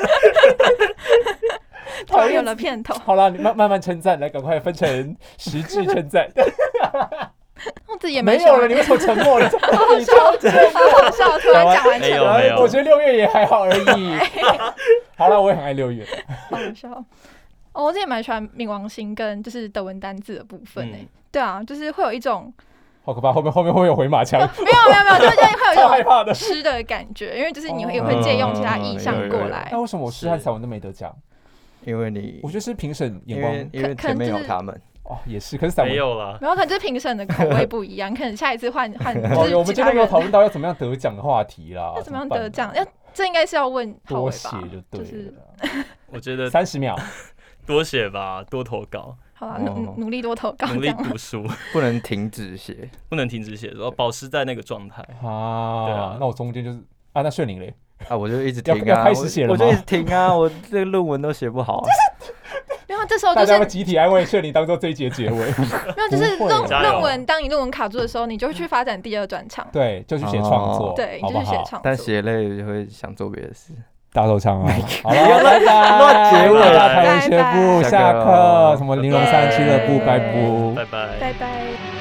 讨厌了片头。 好了，你慢慢慢称赞，来，赶快分成十句称赞。 我自己也没有了，你为什么沉默了？ 好好笑，好好笑，突然讲完没有没有， 我觉得六月也还好而已。好了，我也很爱六月。 好笑。哦，我自己也蛮喜欢冥王星跟就是德文单字的部分诶、欸。嗯、对啊，就是会有一种。 好可怕！后面后面会有回马枪。 没有没有没有，就是会有一种诗的感觉，因为就是你会也会借用其他意象过来。 那为什么我诗和散文都没得奖？ 因为你， 我觉得是评审眼光， 因为前面有他们。 哦，也是，可是散文没有啦， 然后可能就是评审的口味不一样，可能下一次换换。 哦，我们今天没有讨论到要怎么样得奖的话题啦。 要怎么样得奖？要这应该是要问浩伟吧？ 多写就对了。就是、 我觉得三十秒， 多写吧，多投稿。 好啦，努努力多投稿， 努力读书， 不能停止写， 不能停止写，然后保持在那个状态。 啊，对啊，那我中间就是啊，那炫玲嘞？ 啊，我就一直停啊， 要开始写了吗？ 我就一直停啊，我这个论文都写不好、啊。 没有，这时候就大家会是集体安慰炫你当做这一节结尾。 没有，就是不会论加油论文，当你论文卡住的时候，你就会去发展第二专长。 对，就去写创作， 哦对，你好不好？ 就去写创作。 但写累就会想做别的事。 大手枪啊！好不要了，拜拜， 乱结尾大家台湾学部拜拜下课，什么玲珑三俱乐部，拜耶拜。 拜拜， 拜拜。